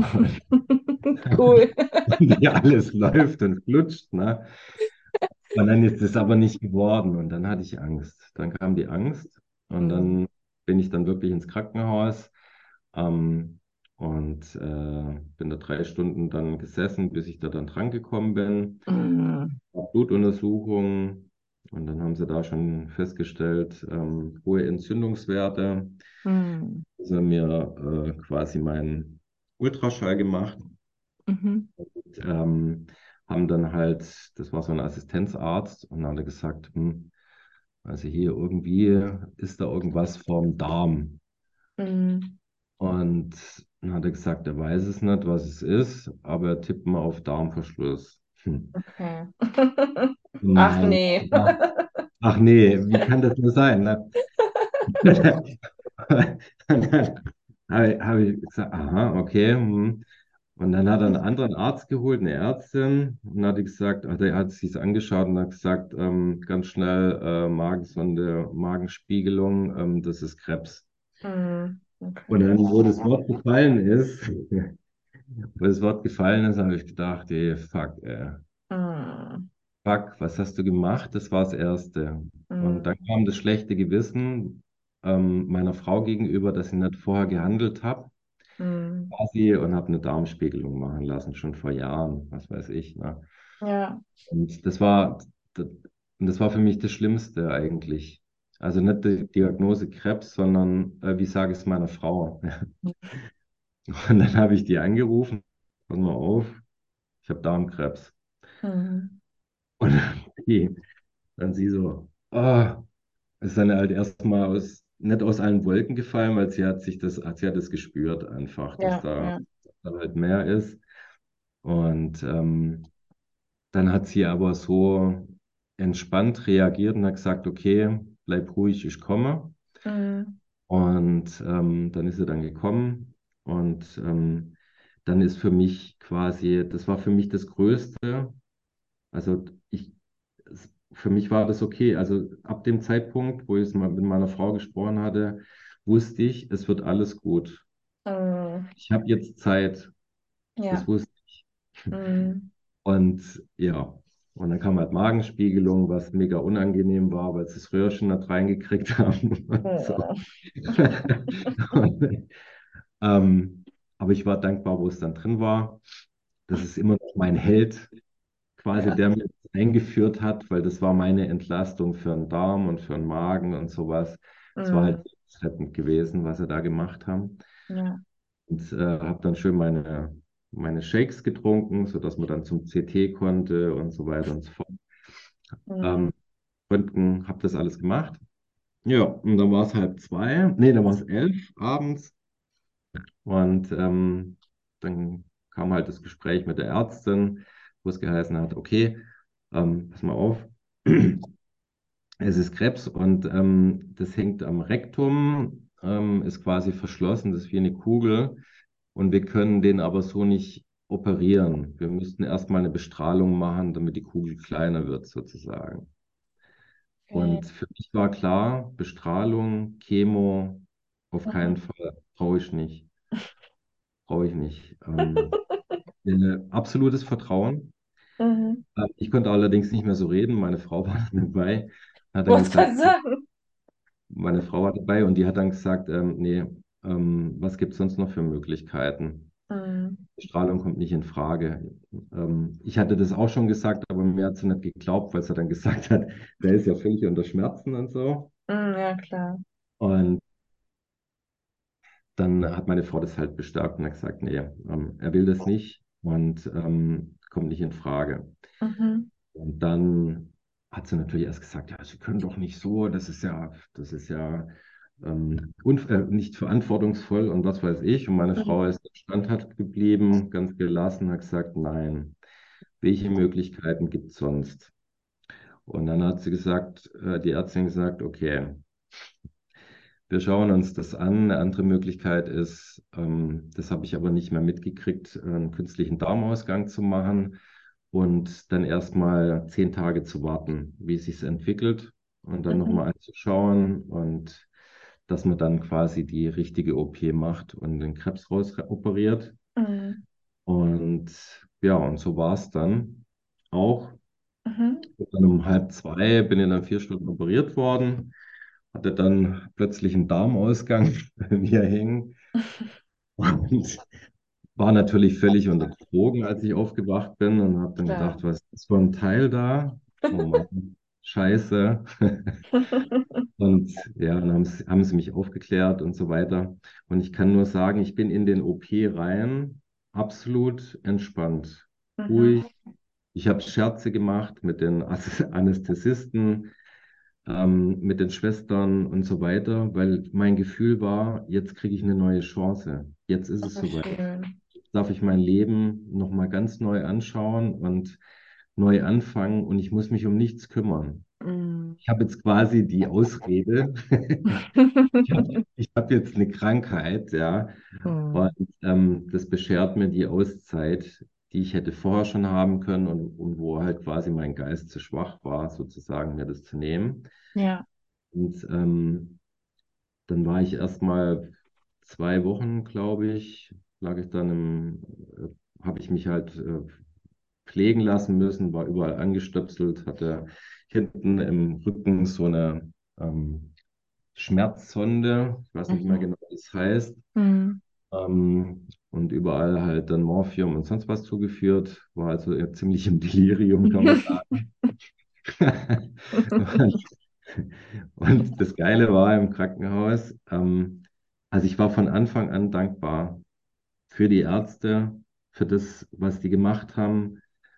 Cool. Und wie alles läuft und flutscht, ne? Und dann ist es aber nicht geworden und dann hatte ich Angst. Dann kam die Angst und Mhm. dann bin ich dann wirklich ins Krankenhaus. Ähm, und bin da 3 Stunden dann gesessen, bis ich da dann dran gekommen bin. Mhm. Blutuntersuchungen und dann haben sie da schon festgestellt, hohe Entzündungswerte. Mhm. Also mir quasi meinen Ultraschall gemacht, Mhm. ähm, haben dann halt, das war so ein Assistenzarzt und dann hat er gesagt, also hier irgendwie ist da irgendwas vom Darm. Mhm. Und dann hat er gesagt, er weiß es nicht, was es ist, aber er tippt mal auf Darmverschluss. Okay. Und dann Ach habe ich nee. gedacht, ach nee, wie kann das nur sein? Ne? Und dann habe ich gesagt, aha, okay. Und dann hat er einen anderen Arzt geholt, eine Ärztin, und hat gesagt, er hat sich angeschaut und hat gesagt, ganz schnell Magensonde, Magenspiegelung, das ist Krebs. Mhm. Und Okay. dann, wo das Wort gefallen ist, wo das Wort gefallen ist, habe ich gedacht, ey, fuck, Mhm. fuck, was hast du gemacht? Das war das Erste. Und dann Mhm. kam das schlechte Gewissen meiner Frau gegenüber, dass ich nicht vorher gehandelt habe, Mhm. quasi, und habe eine Darmspiegelung machen lassen, schon vor Jahren, was weiß ich. Ne? Ja. Und das war für mich das Schlimmste eigentlich. Also nicht die Diagnose Krebs, sondern wie sage ich es meiner Frau? Und dann habe ich die angerufen, pass mal auf, ich habe Darmkrebs. Mhm. Und dann sie so, ist dann halt erstmal nicht aus allen Wolken gefallen, weil sie hat das gespürt einfach, dass Ja, da, ja. da halt mehr ist. Und dann hat sie aber so entspannt reagiert und hat gesagt, okay, bleib ruhig, ich komme. Mhm. Und dann ist sie dann gekommen und dann ist für mich quasi, das war für mich das Größte. Also für mich war das okay. Also ab dem Zeitpunkt, wo ich es mal mit meiner Frau gesprochen hatte, wusste ich, es wird alles gut. Mhm. Ich habe jetzt Zeit. Das Ja. wusste ich. Mhm. Und ja, und dann kam halt Magenspiegelung, was mega unangenehm war, weil sie das Röhrchen nicht reingekriegt haben und so. Oh. Und, aber ich war dankbar, wo es dann drin war. Das ist immer noch mein Held, quasi, Ja. der mir das eingeführt hat, weil das war meine Entlastung für den Darm und für den Magen und sowas. Es war halt Mhm. lebensrettend gewesen, was sie da gemacht haben. Ja. Und habe dann schön meine Shakes getrunken, sodass man dann zum CT konnte und so weiter und so fort. Mhm. Ähm, Röntgen, habe das alles gemacht. Ja, und dann war es 1:30, nee, dann war es 11 abends. Und dann kam halt das Gespräch mit der Ärztin, wo es geheißen hat, okay, pass mal auf, es ist Krebs und das hängt am Rektum, ist quasi verschlossen, das ist wie eine Kugel und wir können den aber so nicht operieren. Wir müssten erstmal eine Bestrahlung machen, damit die Kugel kleiner wird sozusagen. Okay. Und für mich war klar, Bestrahlung, Chemo, auf Mhm. keinen Fall, brauche ich nicht, brauche ich nicht. Absolutes Vertrauen. Mhm. Ich konnte allerdings nicht mehr so reden. Meine Frau war dann dabei, hat dann Wollte gesagt, gerade sagen. meine Frau war dabei und die hat dann gesagt, nee, was gibt es sonst noch für Möglichkeiten? Mhm. Strahlung kommt nicht in Frage. Ich hatte das auch schon gesagt, aber mir hat sie nicht geglaubt, weil sie dann gesagt hat, der ist ja völlig unter Schmerzen und so. Mhm. Ja, klar. Und dann hat meine Frau das halt bestärkt und hat gesagt, nee, er will das nicht und kommt nicht in Frage. Mhm. Und dann hat sie natürlich erst gesagt, ja, Sie können doch nicht so, das ist ja nicht verantwortungsvoll und was weiß ich. Und meine Frau Mhm. ist standhaft geblieben, ganz gelassen, hat gesagt, nein, welche Möglichkeiten gibt es sonst? Und dann hat sie gesagt, die Ärztin gesagt, okay, wir schauen uns das an. Eine andere Möglichkeit ist, das habe ich aber nicht mehr mitgekriegt, einen künstlichen Darmausgang zu machen und dann erstmal 10 Tage zu warten, wie es sich entwickelt und dann Mhm. nochmal anzuschauen und dass man dann quasi die richtige OP macht und den Krebs raus operiert. Mhm. Und ja, und so war es dann auch. Mhm. Und dann um 1:30 bin ich dann 4 Stunden operiert worden, hatte dann plötzlich einen Darmausgang, wie er hing. Und war natürlich völlig unter Drogen, als ich aufgewacht bin und habe dann Klar. gedacht, was ist das für ein Teil da? Oh Mann, Scheiße. Und ja, dann haben sie mich aufgeklärt und so weiter. Und ich kann nur sagen, ich bin in den OP rein, absolut entspannt, Mhm. ruhig. Ich habe Scherze gemacht mit den Anästhesisten, mit den Schwestern und so weiter, weil mein Gefühl war, jetzt kriege ich eine neue Chance. Jetzt ist es Aber soweit. schön. Jetzt darf ich mein Leben nochmal ganz neu anschauen und neu anfangen und ich muss mich um nichts kümmern. Mm. Ich habe jetzt quasi die Ausrede, ich hab jetzt eine Krankheit, ja, und Mm. das beschert mir die Auszeit, die ich hätte vorher schon haben können und wo halt quasi mein Geist zu schwach war, sozusagen mir das zu nehmen. Ja. Und dann war ich erstmal 2 Wochen, glaube ich, lag ich dann habe ich mich halt pflegen lassen müssen, war überall angestöpselt, hatte hinten im Rücken so eine Schmerzsonde, ich weiß nicht mehr Mhm. genau, wie es heißt, Mm. und überall halt dann Morphium und sonst was zugeführt, war also ziemlich im Delirium, kann man sagen. Und, und das Geile war im Krankenhaus, also ich war von Anfang an dankbar für die Ärzte, für das, was die gemacht haben,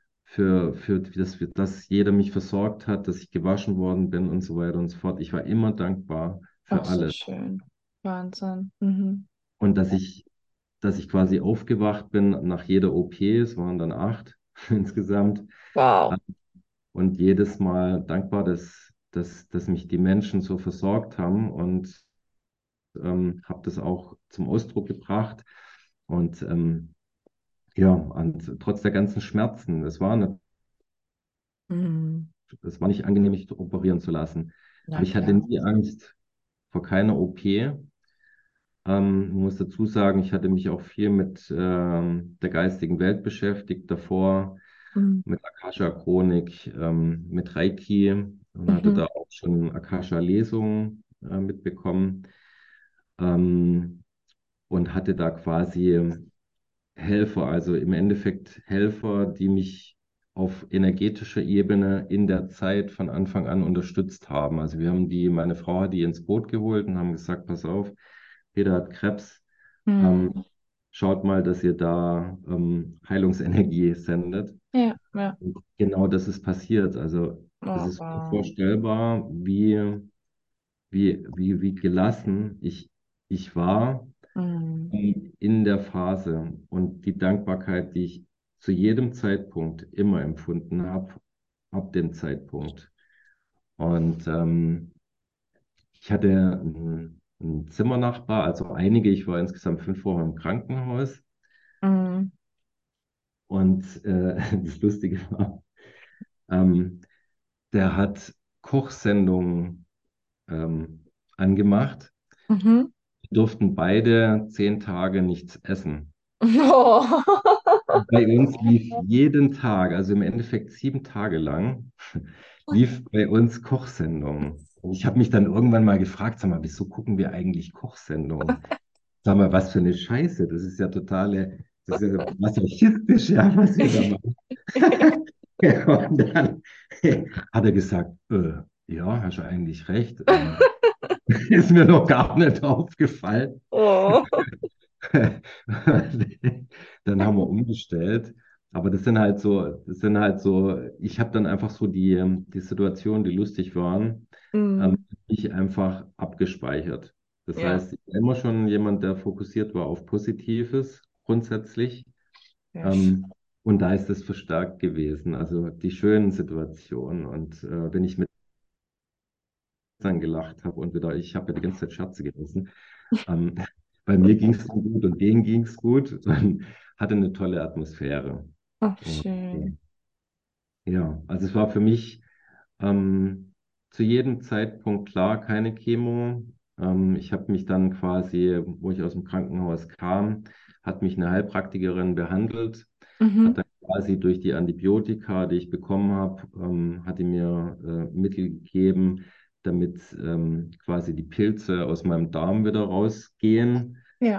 dass jeder mich versorgt hat, dass ich gewaschen worden bin und so weiter und so fort. Ich war immer dankbar für Ach, so alles. schön. Wahnsinn. Mhm. Und dass ich quasi aufgewacht bin nach jeder OP, es waren dann 8 insgesamt, Wow. und jedes Mal dankbar, dass mich die Menschen so versorgt haben und habe das auch zum Ausdruck gebracht. Und ja, und trotz der ganzen Schmerzen, Mm. es war nicht angenehm, mich operieren zu lassen. Na Aber ich hatte klar. nie Angst vor keiner OP. Ich muss dazu sagen, ich hatte mich auch viel mit der geistigen Welt beschäftigt davor, Mm. mit Akasha-Chronik, mit Reiki und hatte Mhm. da auch schon Akasha-Lesungen mitbekommen, ähm, und hatte da quasi Helfer, also im Endeffekt Helfer, die mich auf energetischer Ebene in der Zeit von Anfang an unterstützt haben. Also meine Frau hat die ins Boot geholt und haben gesagt, pass auf, Peter hat Krebs, ähm, Mm. schaut mal, dass ihr da Heilungsenergie sendet. Ja, ja. Und genau das ist passiert. Also es Oh, ist wow. unvorstellbar, wie gelassen ich war Mm. in der Phase und die Dankbarkeit, die ich zu jedem Zeitpunkt immer empfunden habe, ab dem Zeitpunkt. Und ich hatte einen Zimmernachbar, also einige, ich war insgesamt 5 Wochen im Krankenhaus Mm. und das Lustige war, ähm, der hat Kochsendungen angemacht. Mhm. Wir durften beide 10 Tage nichts essen. Oh. Bei uns lief jeden Tag, also im Endeffekt 7 Tage lang, lief bei uns Kochsendung. Und ich habe mich dann irgendwann mal gefragt, sag mal, wieso gucken wir eigentlich Kochsendungen? Sag mal, was für eine Scheiße, das ist ja masochistisch, ja, was wir da machen. Und dann hat er gesagt, ja, hast du eigentlich recht. Ist mir noch gar nicht aufgefallen. Oh. Dann haben wir umgestellt. Aber ich habe dann einfach so die Situationen, die lustig waren, Mm. ich einfach abgespeichert. Das Ja, heißt, ich war immer schon jemand, der fokussiert war auf Positives grundsätzlich. ja, Ähm, und da ist es verstärkt gewesen, also die schönen Situationen. Und wenn ich mit dann gelacht habe und wieder, ich habe ja die ganze Zeit Scherze gerissen. Ähm, Bei mir ging es gut und denen ging es gut und hatte eine tolle Atmosphäre. ach, Und, schön. ja, also es war für mich ähm, zu jedem Zeitpunkt klar, keine Chemo. Ich habe mich dann quasi, wo ich aus dem Krankenhaus kam, hat mich eine Heilpraktikerin behandelt, Mhm. hat dann quasi durch die Antibiotika, die ich bekommen habe, hat die mir Mittel gegeben, damit quasi die Pilze aus meinem Darm wieder rausgehen. Ja. Das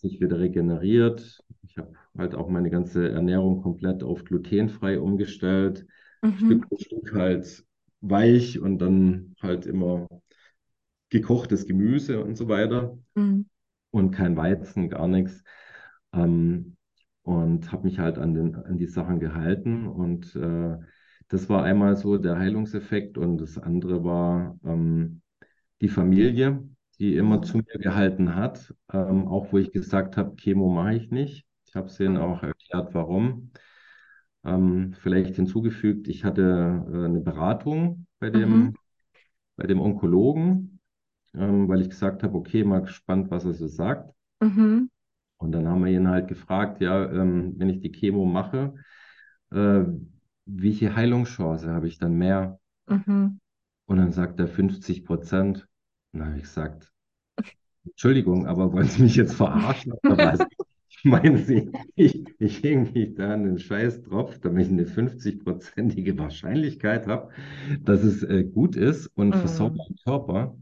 sich wieder regeneriert. Ich habe halt auch meine ganze Ernährung komplett auf glutenfrei umgestellt. Mhm. Stück für Stück halt weich und dann halt immer gekochtes Gemüse und so weiter. Mhm. Und kein Weizen, gar nichts. Ähm, und habe mich halt an die Sachen gehalten. Und das war einmal so der Heilungseffekt. Und das andere war die Familie, die immer Mhm. zu mir gehalten hat. Auch wo ich gesagt habe, Chemo mache ich nicht. Ich habe es ihnen Mhm. auch erklärt, warum. Vielleicht hinzugefügt, ich hatte eine Beratung Mhm. bei dem Onkologen, weil ich gesagt habe, okay, mal gespannt, was er so sagt. Mhm. Und dann haben wir ihn halt gefragt, ja, wenn ich die Chemo mache, äh, welche Heilungschance habe ich dann mehr? Mhm. Und dann sagt er 50%. Und dann habe ich gesagt, Entschuldigung, aber wollen Sie mich jetzt verarschen oder was? Meinen Sie, ich hänge mich da an den Scheißtropf, damit ich eine 50-prozentige Wahrscheinlichkeit habe, dass es gut ist und versorgt Mhm. meinen Körper?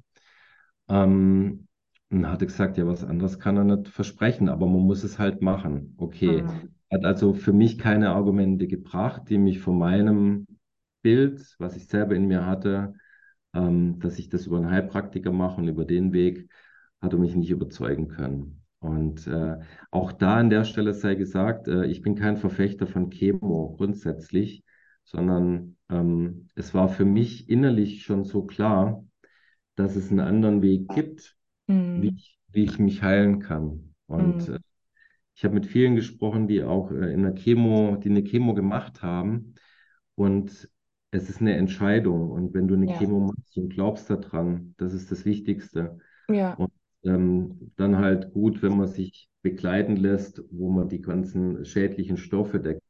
Ähm, und hatte gesagt, ja, was anderes kann er nicht versprechen, aber man muss es halt machen. Okay. Mhm. Hat also für mich keine Argumente gebracht, die mich von meinem Bild, was ich selber in mir hatte, dass ich das über einen Heilpraktiker mache und über den Weg, hat er mich nicht überzeugen können. Und auch da an der Stelle sei gesagt, ich bin kein Verfechter von Chemo grundsätzlich, sondern es war für mich innerlich schon so klar, dass es einen anderen Weg gibt, Mhm. wie ich mich heilen kann. Und Mhm. ich habe mit vielen gesprochen, die auch die eine Chemo gemacht haben. Und es ist eine Entscheidung. Und wenn du eine Ja. Chemo machst und glaubst daran, das ist das Wichtigste. Ja. Und dann halt gut, wenn man sich begleiten lässt, wo man die ganzen schädlichen Stoffe der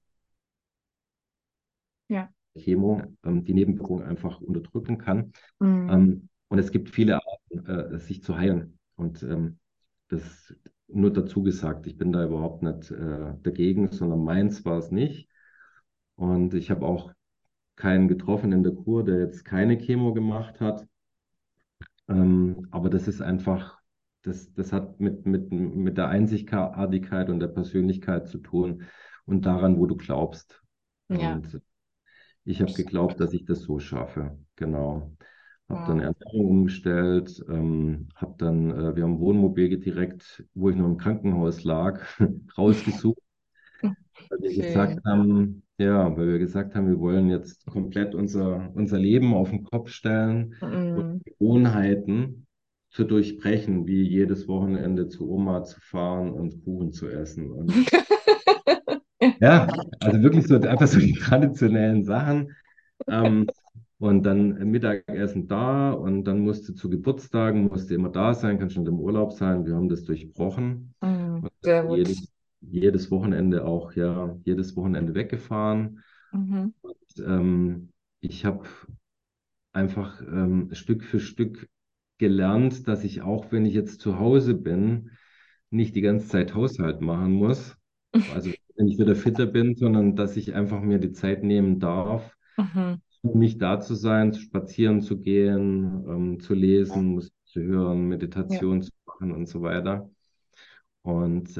Ja. Chemo, die Nebenwirkungen einfach unterdrücken kann. Mhm. Und es gibt viele Arten, sich zu heilen. Und das nur dazu gesagt, ich bin da überhaupt nicht dagegen, sondern meins war es nicht. Und ich habe auch keinen getroffen in der Kur, der jetzt keine Chemo gemacht hat. Aber das ist einfach, das hat mit der Einzigartigkeit und der Persönlichkeit zu tun und daran, wo du glaubst. Ja. Und ich habe geglaubt, dass ich das so schaffe. Genau. Habe dann Wow. Ernährung umgestellt, wir haben ein Wohnmobil direkt, wo ich noch im Krankenhaus lag, rausgesucht, weil wir gesagt Schön. haben, ja, weil wir gesagt haben, wir wollen jetzt komplett unser Leben auf den Kopf stellen und Mhm. Gewohnheiten zu durchbrechen, wie jedes Wochenende zu Oma zu fahren und Kuchen zu essen. Und ja, also wirklich so einfach so die traditionellen Sachen. Ähm, und dann Mittagessen da und dann musste zu Geburtstagen, musste immer da sein, kann schon im Urlaub sein. Wir haben das durchbrochen Mhm. und Sehr gut. jedes Wochenende auch, ja, jedes Wochenende weggefahren. Mhm. Und, ich habe einfach Stück für Stück gelernt, dass ich auch, wenn ich jetzt zu Hause bin, nicht die ganze Zeit Haushalt machen muss. Also wenn ich wieder fitter bin, sondern dass ich einfach mir die Zeit nehmen darf, Mhm. für mich da zu sein, spazieren zu gehen, zu lesen, Musik zu hören, Ja. Meditation zu machen und so weiter. Und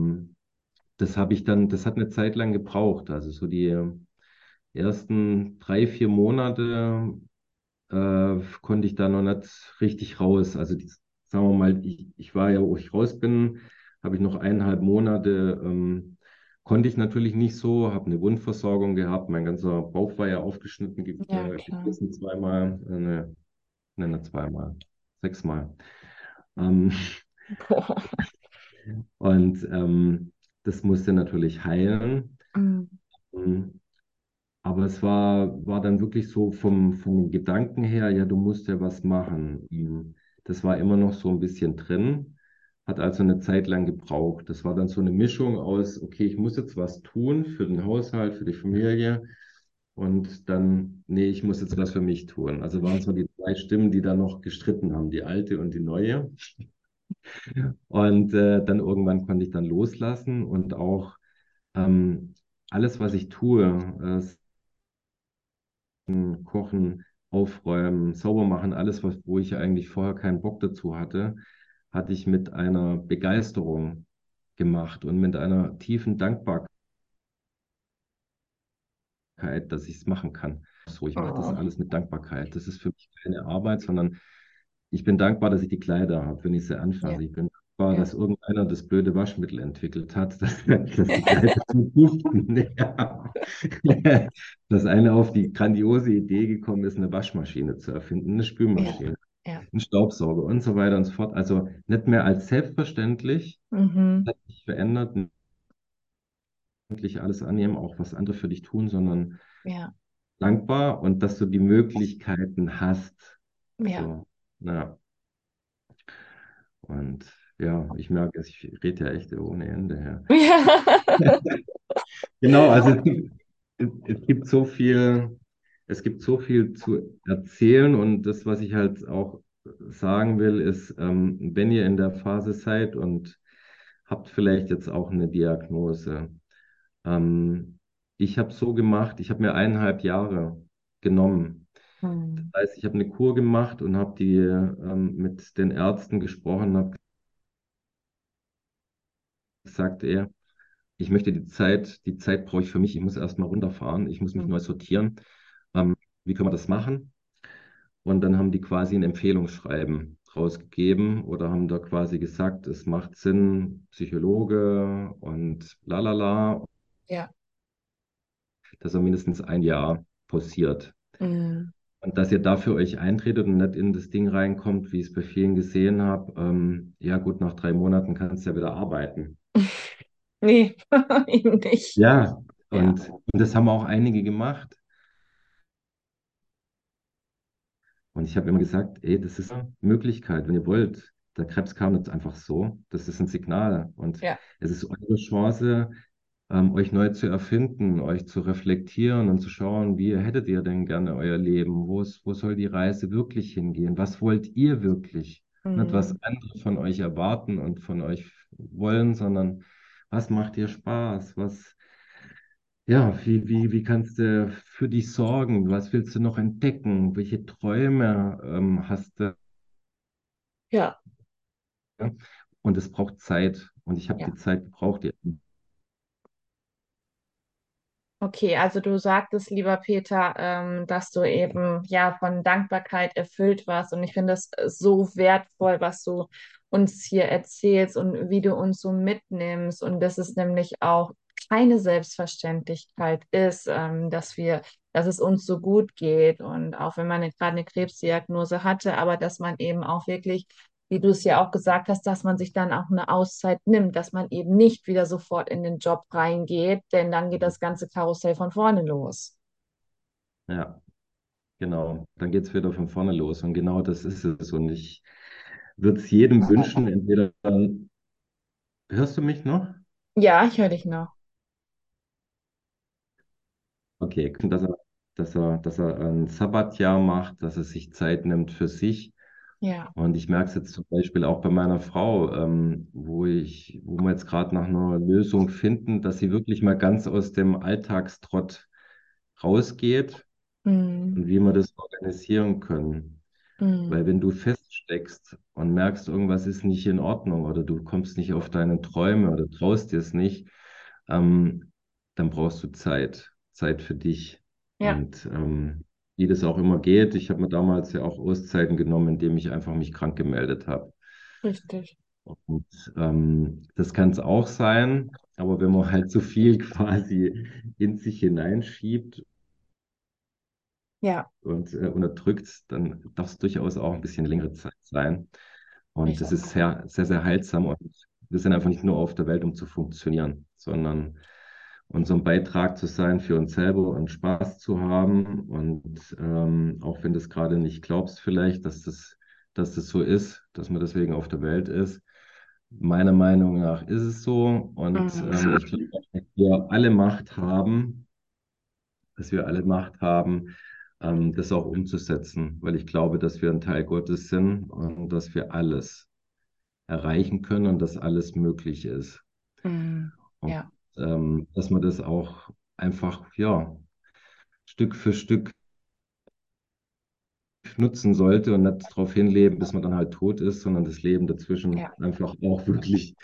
das hat eine Zeit lang gebraucht. Also so die ersten 3, 4 Monate konnte ich da noch nicht richtig raus. Also sagen wir mal, ich war ja, wo ich raus bin, habe ich noch 1,5 Monate, konnte ich natürlich nicht so, habe eine Wundversorgung gehabt, mein ganzer Bauch war ja aufgeschnitten Ja, klar. gewesen, zweimal, nicht zweimal, 6-mal. Ähm, Boah. und das musste natürlich heilen. Mhm. Ähm, Aber es war dann wirklich so vom den Gedanken her, ja, du musst ja was machen. Das war immer noch so ein bisschen drin, hat also eine Zeit lang gebraucht. Das war dann so eine Mischung aus, okay, ich muss jetzt was tun für den Haushalt, für die Familie und dann, nee, ich muss jetzt was für mich tun. Also waren so die zwei Stimmen, die da noch gestritten haben, die alte und die neue. Und dann irgendwann konnte ich dann loslassen und auch alles, was ich tue, Kochen, Aufräumen, sauber machen, alles, wo ich eigentlich vorher keinen Bock dazu hatte, hatte ich mit einer Begeisterung gemacht und mit einer tiefen Dankbarkeit, dass ich es machen kann. So, ich mache das Oh, alles mit Dankbarkeit. Das ist für mich keine Arbeit, sondern ich bin dankbar, dass ich die Kleider habe, wenn ich sie ja, anfasse. Ich bin dankbar, ja. dass irgendeiner das blöde Waschmittel entwickelt hat, dass die Kleider gut duften. Ja. Dass einer auf die grandiose Idee gekommen ist, eine Waschmaschine zu erfinden, eine Ja, Spülmaschine, ja. einen Staubsauger und so weiter und so fort. Also nicht mehr als selbstverständlich, Mhm. hat sich verändert, nicht alles annehmen, auch was andere für dich tun, sondern Ja, dankbar und dass du die Möglichkeiten hast. ja. So, ja. Und ja, ich merke es, ich rede ja echt ohne Ende her. Ja. Genau, also es gibt so viel, es gibt so viel zu erzählen und das, was ich halt auch sagen will, ist, wenn ihr in der Phase seid und habt vielleicht jetzt auch eine Diagnose, ähm, ich habe so gemacht, ich habe mir 1,5 Jahre genommen. Das Hm. heißt, ich habe eine Kur gemacht und habe die mit den Ärzten gesprochen, habe gesagt, ich möchte die Zeit brauche ich für mich, ich muss erstmal runterfahren, ich muss mich Hm. neu sortieren. Wie können wir das machen? Und dann haben die quasi ein Empfehlungsschreiben rausgegeben oder haben da quasi gesagt, es macht Sinn, Psychologe und lalala, Ja. dass er mindestens ein Jahr pausiert. Hm. Und dass ihr dafür euch eintretet und nicht in das Ding reinkommt, wie ich es bei vielen gesehen habe. Ja gut, nach 3 Monaten kannst du ja wieder arbeiten. Nee, eben nicht. Ja, Ja. und das haben auch einige gemacht. Und ich habe immer gesagt, das ist eine Möglichkeit, wenn ihr wollt. Der Krebs kam jetzt einfach so. Das ist ein Signal. Und Ja. es ist eure Chance, euch neu zu erfinden, euch zu reflektieren und zu schauen, wie hättet ihr denn gerne euer Leben? Wo soll die Reise wirklich hingehen? Was wollt ihr wirklich? Nicht, Hm. was andere von euch erwarten und von euch wollen, sondern was macht dir Spaß? Ja, wie kannst du für dich sorgen? Was willst du noch entdecken? Welche Träume hast du? Ja. Ja? Und es braucht Zeit. Und ich habe die Ja. Zeit gebraucht. Okay, also du sagtest, lieber Peter, dass du eben ja von Dankbarkeit erfüllt warst. Und ich finde es so wertvoll, was du uns hier erzählst und wie du uns so mitnimmst. Und dass es nämlich auch keine Selbstverständlichkeit ist, dass es uns so gut geht. Und auch wenn man gerade eine Krebsdiagnose hatte, aber dass man eben auch wirklich, wie du es ja auch gesagt hast, dass man sich dann auch eine Auszeit nimmt, dass man eben nicht wieder sofort in den Job reingeht, denn dann geht das ganze Karussell von vorne los. Ja, genau. Dann geht es wieder von vorne los. Und genau das ist es. Und ich würde es jedem wünschen, entweder dann, hörst du mich noch? Ja, ich höre dich noch. Okay, dass er ein Sabbatjahr macht, dass er sich Zeit nimmt für sich. Ja. Und ich merke es jetzt zum Beispiel auch bei meiner Frau, wo wir jetzt gerade nach einer Lösung finden, dass sie wirklich mal ganz aus dem Alltagstrott rausgeht Mm, und wie wir das organisieren können. mm, Weil wenn du feststeckst und merkst, irgendwas ist nicht in Ordnung oder du kommst nicht auf deine Träume oder traust dir es nicht, ähm, dann brauchst du Zeit, Zeit für dich. ja, Und wie das auch immer geht, ich habe mir damals ja auch Auszeiten genommen, indem ich einfach mich krank gemeldet habe. richtig. Und das kann es auch sein, aber wenn man halt so viel quasi in sich hineinschiebt Ja, und unterdrückt, dann darf es durchaus auch ein bisschen längere Zeit sein. Und das richtig. ist sehr, sehr, sehr heilsam. Und wir sind einfach nicht nur auf der Welt, um zu funktionieren, sondern unserem Beitrag zu sein für uns selber und Spaß zu haben. Und auch wenn du es gerade nicht glaubst, vielleicht, dass das so ist, dass man deswegen auf der Welt ist. Meiner Meinung nach ist es so. Und Mm, ich glaube, dass wir alle Macht haben, dass wir alle Macht haben, das auch umzusetzen, weil ich glaube, dass wir ein Teil Gottes sind und dass wir alles erreichen können und dass alles möglich ist. mm, Und ja, dass man das auch einfach, ja, Stück für Stück nutzen sollte und nicht darauf hinleben, bis man dann halt tot ist, sondern das Leben dazwischen Ja, einfach auch wirklich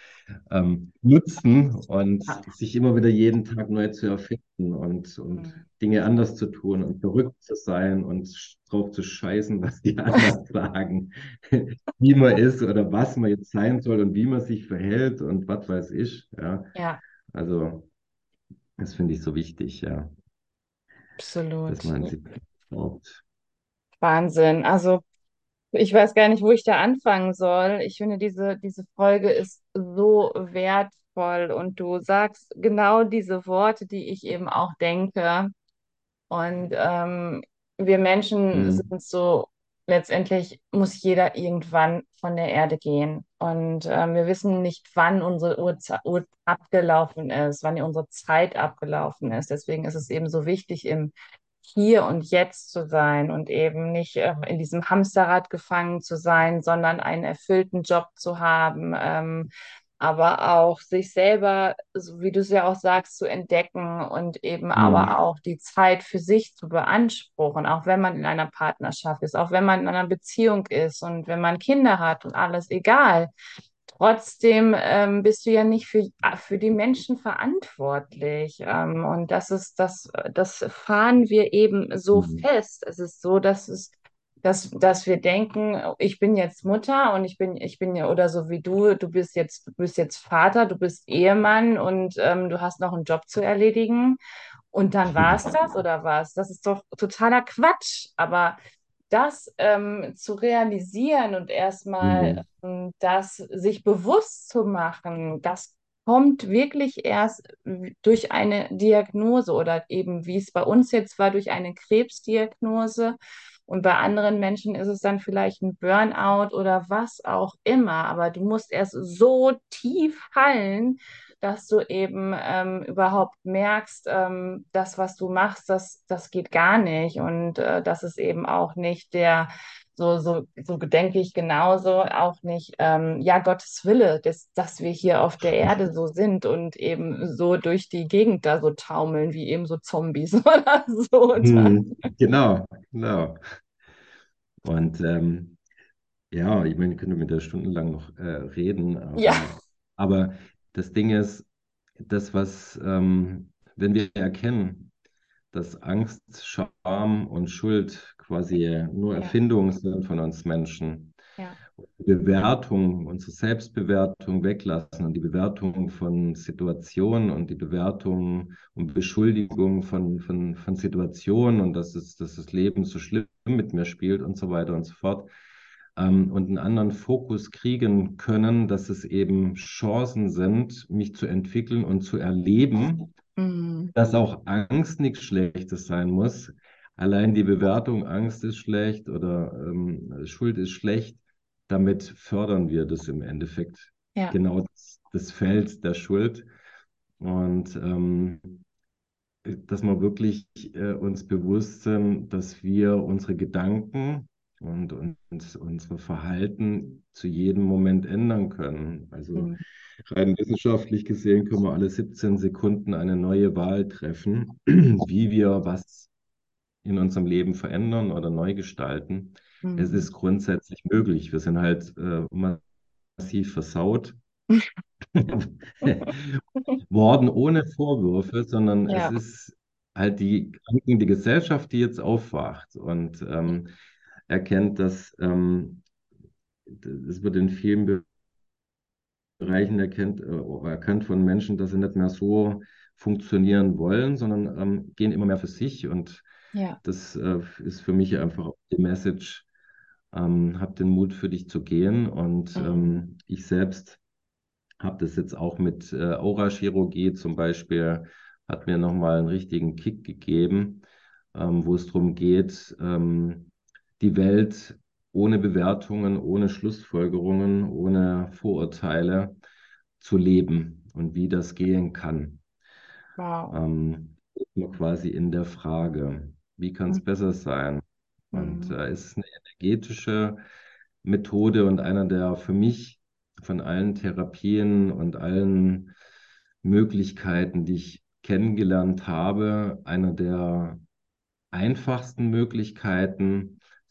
nutzen und ja. sich immer wieder jeden Tag neu zu erfinden und Mhm. Dinge anders zu tun und verrückt zu sein und drauf zu scheißen, was die anderen sagen, wie man ist oder was man jetzt sein soll und wie man sich verhält und was weiß ich. Ja, Ja, also das finde ich so wichtig, ja, dass absolut. man sich glaubt. Wahnsinn. Also ich weiß gar nicht, wo ich da anfangen soll. Ich finde, diese Folge ist so wertvoll und du sagst genau diese Worte, die ich eben auch denke. Und wir Menschen Mhm. sind so, letztendlich muss jeder irgendwann von der Erde gehen. Und wir wissen nicht, wann unsere Uhr abgelaufen ist, wann unsere Zeit abgelaufen ist. Deswegen ist es eben so wichtig, im Hier und Jetzt zu sein und eben nicht in diesem Hamsterrad gefangen zu sein, sondern einen erfüllten Job zu haben. Aber auch sich selber, so wie du es ja auch sagst, zu entdecken und eben aber Mhm. auch die Zeit für sich zu beanspruchen, auch wenn man in einer Partnerschaft ist, auch wenn man in einer Beziehung ist und wenn man Kinder hat und alles, egal. Trotzdem bist du ja nicht für die Menschen verantwortlich. Und das fahren wir eben so Mhm. fest. Es ist so, dass wir denken, ich bin jetzt Mutter und ich bin ja, oder so wie du du bist jetzt Vater, du bist Ehemann und du hast noch einen Job zu erledigen. Und dann war es das oder was? Das ist doch totaler Quatsch. Aber das zu realisieren und erstmal Mhm. das sich bewusst zu machen, das kommt wirklich erst durch eine Diagnose oder eben, wie es bei uns jetzt war, durch eine Krebsdiagnose. Und bei anderen Menschen ist es dann vielleicht ein Burnout oder was auch immer. Aber du musst erst so tief fallen, dass du eben überhaupt merkst, das, was du machst, das geht gar nicht. Und das ist eben auch nicht so denke ich genauso, auch nicht, ja, Gottes Wille, dass wir hier auf der Erde so sind und eben so durch die Gegend da so taumeln, wie eben so Zombies oder so. Mhm. Genau, genau. Und ja, ich meine, ich könnte mit der stundenlang noch reden, Ja, aber das Ding ist, wenn wir erkennen, dass Angst, Scham und Schuld quasi nur ja, Erfindungen sind von uns Menschen, ja. die Bewertung, unsere Selbstbewertung weglassen und die Bewertung von Situationen und die Bewertung und Beschuldigung von Situationen und dass das Leben so schlimm mit mir spielt und so weiter und so fort. Und einen anderen Fokus kriegen können, dass es eben Chancen sind, mich zu entwickeln und zu erleben, Mhm. dass auch Angst nichts Schlechtes sein muss. Allein die Bewertung, Angst ist schlecht oder Schuld ist schlecht, damit fördern wir das im Endeffekt. Ja. Genau das Feld der Schuld. Und dass wir wirklich uns bewusst sind, dass wir unsere Gedanken und unser Verhalten zu jedem Moment ändern können. Also Mhm. rein wissenschaftlich gesehen können wir alle 17 Sekunden eine neue Wahl treffen, wie wir was in unserem Leben verändern oder neu gestalten. Es Mhm. ist grundsätzlich möglich. Wir sind halt massiv versaut worden ohne Vorwürfe, sondern es Ja. ist halt die Gesellschaft, die jetzt aufwacht und erkennt, dass es wird in vielen Bereichen erkannt von Menschen, dass sie nicht mehr so funktionieren wollen, sondern gehen immer mehr für sich. Und Ja. das ist für mich einfach auch die Message, hab den Mut für dich zu gehen. Und Mhm. ich selbst habe das jetzt auch mit Aurachirurgie zum Beispiel, hat mir nochmal einen richtigen Kick gegeben, wo es darum geht, die Welt ohne Bewertungen, ohne Schlussfolgerungen, ohne Vorurteile zu leben und wie das gehen kann. Wow. Ist man quasi in der Frage, wie kann es besser sein? Und Mhm. es ist eine energetische Methode und einer der für mich von allen Therapien und allen Möglichkeiten, die ich kennengelernt habe, einer der einfachsten Möglichkeiten,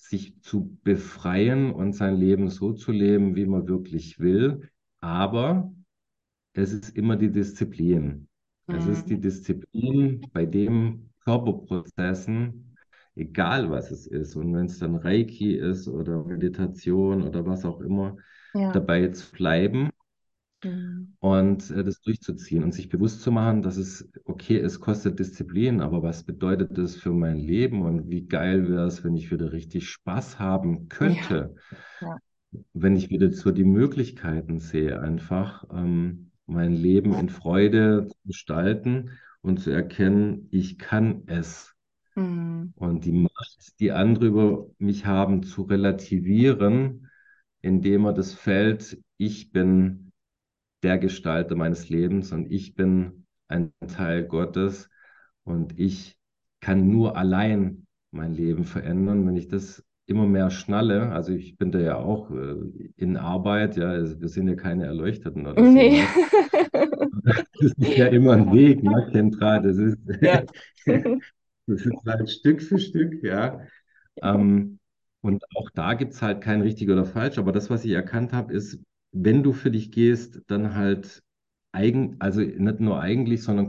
sich zu befreien und sein Leben so zu leben, wie man wirklich will. Aber es ist immer die Disziplin. Es ist die Mhm. Disziplin bei den Körperprozessen, egal was es ist. Und wenn es dann Reiki ist oder Meditation oder was auch immer, Ja. dabei zu bleiben Mhm. und das durchzuziehen und sich bewusst zu machen, dass es okay ist, kostet Disziplin, aber was bedeutet das für mein Leben und wie geil wäre es, wenn ich wieder richtig Spaß haben Ja. könnte, Ja. wenn ich wieder so die Möglichkeiten sehe, einfach mein Leben in Freude zu gestalten und zu erkennen, ich kann es. Mhm. Und die Macht, die andere über mich haben, zu relativieren, indem er das Feld, ich bin der Gestalter meines Lebens und ich bin ein Teil Gottes und ich kann nur allein mein Leben verändern, wenn ich das immer mehr schnalle. Also ich bin da ja auch in Arbeit, ja, also wir sind ja keine Erleuchteten oder Nee. sowas. Das ist ja immer ein Weg, ne, Kendra? Ja. Das ist halt Stück für Stück, ja. Ähm, und auch da gibt es halt kein richtig oder falsch, aber das, was ich erkannt habe, ist, wenn du für dich gehst, dann halt also nicht nur eigentlich, sondern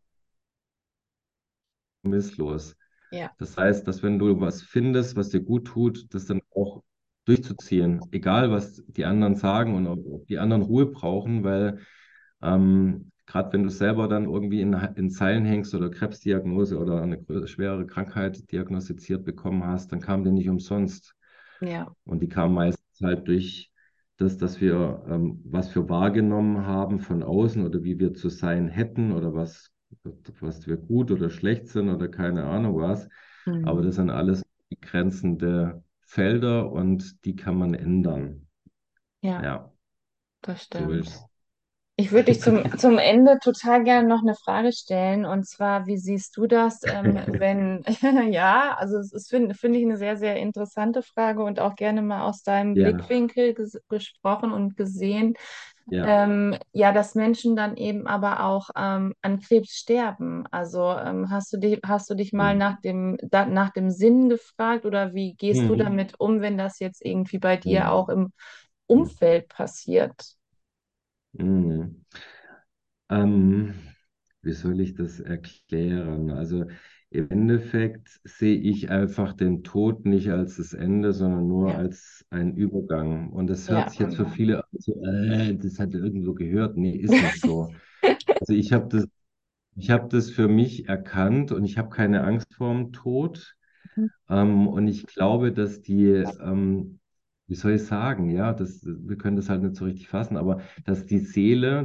kompromisslos. Ja. Das heißt, dass wenn du was findest, was dir gut tut, das dann auch durchzuziehen, egal was die anderen sagen und ob die anderen Ruhe brauchen, weil gerade wenn du selber dann irgendwie in Seilen hängst oder Krebsdiagnose oder eine schwere Krankheit diagnostiziert bekommen hast, dann kam die nicht umsonst. Ja. Und die kam meistens halt durch das, dass wir was wir wahrgenommen haben von außen oder wie wir zu sein hätten oder was wir gut oder schlecht sind oder keine Ahnung was. Aber Mhm. das sind alles begrenzende Felder und die kann man ändern. Ja, Ja, das so stimmt. ist Ich würde dich zum Ende total gerne noch eine Frage stellen. Und zwar, wie siehst du das, wenn, ja, also es ist, finde ich, eine sehr, sehr interessante Frage und auch gerne mal aus deinem ja, Blickwinkel gesprochen und gesehen, ja. ja, dass Menschen dann eben aber auch an Krebs sterben. Also hast du dich mal Hm. nach dem Sinn gefragt oder wie gehst du Hm. damit um, wenn das jetzt irgendwie bei dir Hm. auch im Hm. Umfeld passiert? Hm. Ähm, wie soll ich das erklären? Also im Endeffekt sehe ich einfach den Tod nicht als das Ende, sondern nur Ja, als einen Übergang. Und das hört ja, sich jetzt für genau. viele an, so, das hat er irgendwo gehört. Nee, ist nicht so. Also ich habe das für mich erkannt und ich habe keine Angst vor dem Tod. Und ich glaube, dass wie soll ich sagen, ja, wir können das halt nicht so richtig fassen, aber dass die Seele,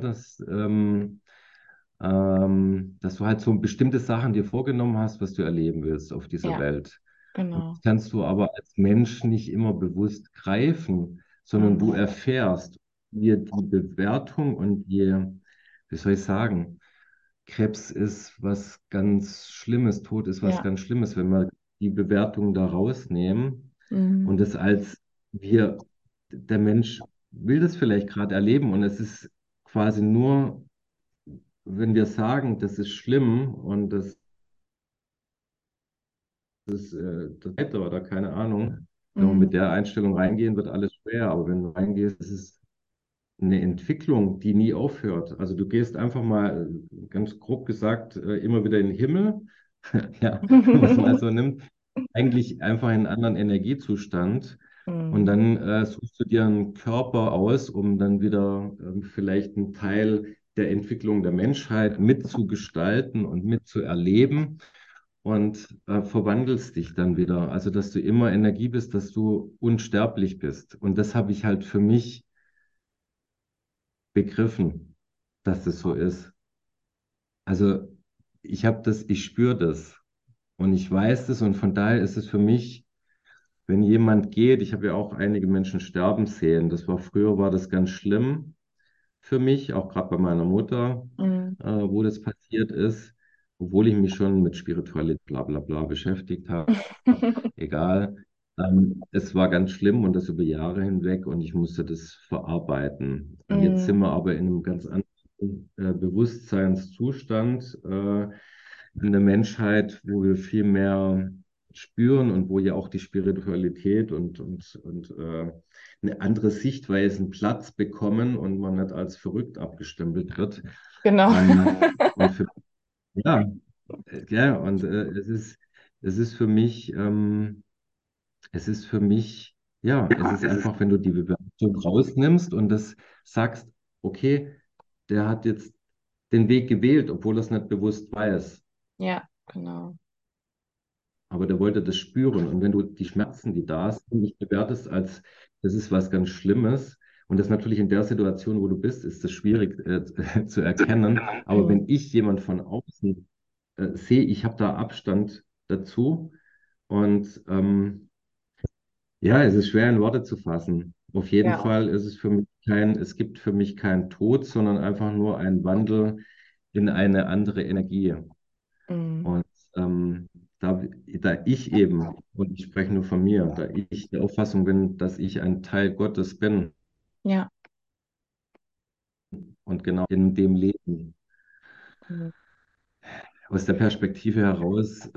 dass du halt so bestimmte Sachen dir vorgenommen hast, was du erleben willst auf dieser Ja, Welt. Und genau. das kannst du aber als Mensch nicht immer bewusst greifen, sondern du Mhm. erfährst dir die Bewertung und wie soll ich sagen, Krebs ist was ganz Schlimmes, Tod ist was Ja. ganz Schlimmes, wenn wir die Bewertung da rausnehmen Mhm. und es als der Mensch will das vielleicht gerade erleben und es ist quasi nur, wenn wir sagen, das ist schlimm und das weiter oder keine Ahnung, wenn wir mit Mhm. der Einstellung reingehen, wird alles schwer, aber wenn du reingehst, ist es eine Entwicklung, die nie aufhört. Also du gehst einfach mal, ganz grob gesagt, immer wieder in den Himmel, ja, wenn man es mal so nimmt, eigentlich einfach in einen anderen Energiezustand. Und Mhm. dann suchst du dir einen Körper aus, um dann wieder vielleicht einen Teil der Entwicklung der Menschheit mitzugestalten und mitzuerleben und verwandelst dich dann wieder. Also, dass du immer Energie bist, dass du unsterblich bist. Und das habe ich halt für mich begriffen, dass das so ist. Also ich spüre das und ich weiß das und von daher ist es für mich, wenn jemand geht, ich habe ja auch einige Menschen sterben sehen. Früher war das ganz schlimm für mich, auch gerade bei meiner Mutter, Mhm. wo das passiert ist, obwohl ich mich schon mit Spiritualität bla bla bla beschäftigt habe. Egal. Es war ganz schlimm und das über Jahre hinweg und ich musste das verarbeiten. Und jetzt sind Mhm. wir aber in einem ganz anderen Bewusstseinszustand in der Menschheit, wo wir viel mehr spüren und wo ja auch die Spiritualität und eine andere Sichtweise einen Platz bekommen und man nicht als verrückt abgestempelt wird. Genau. Und für, ja, ja, und es ist für mich, es ist für mich, ja, es ist einfach, wenn du die Bewertung rausnimmst und das sagst, okay, der hat jetzt den Weg gewählt, obwohl er es nicht bewusst weiß. Ja, genau. Aber der wollte das spüren. Und wenn du die Schmerzen, die da sind, nicht bewertest als, das ist was ganz Schlimmes, und das natürlich in der Situation, wo du bist, ist das schwierig zu erkennen. Aber Mhm. wenn ich jemand von außen sehe, ich habe da Abstand dazu und ja, es ist schwer in Worte zu fassen. Auf jeden Ja. Fall ist es für mich es gibt für mich keinen Tod, sondern einfach nur einen Wandel in eine andere Energie. Mhm. Und ähm, da ich eben, und ich spreche nur von mir, da ich der Auffassung bin, dass ich ein Teil Gottes bin Ja. und genau in dem Leben, Mhm. aus der Perspektive heraus,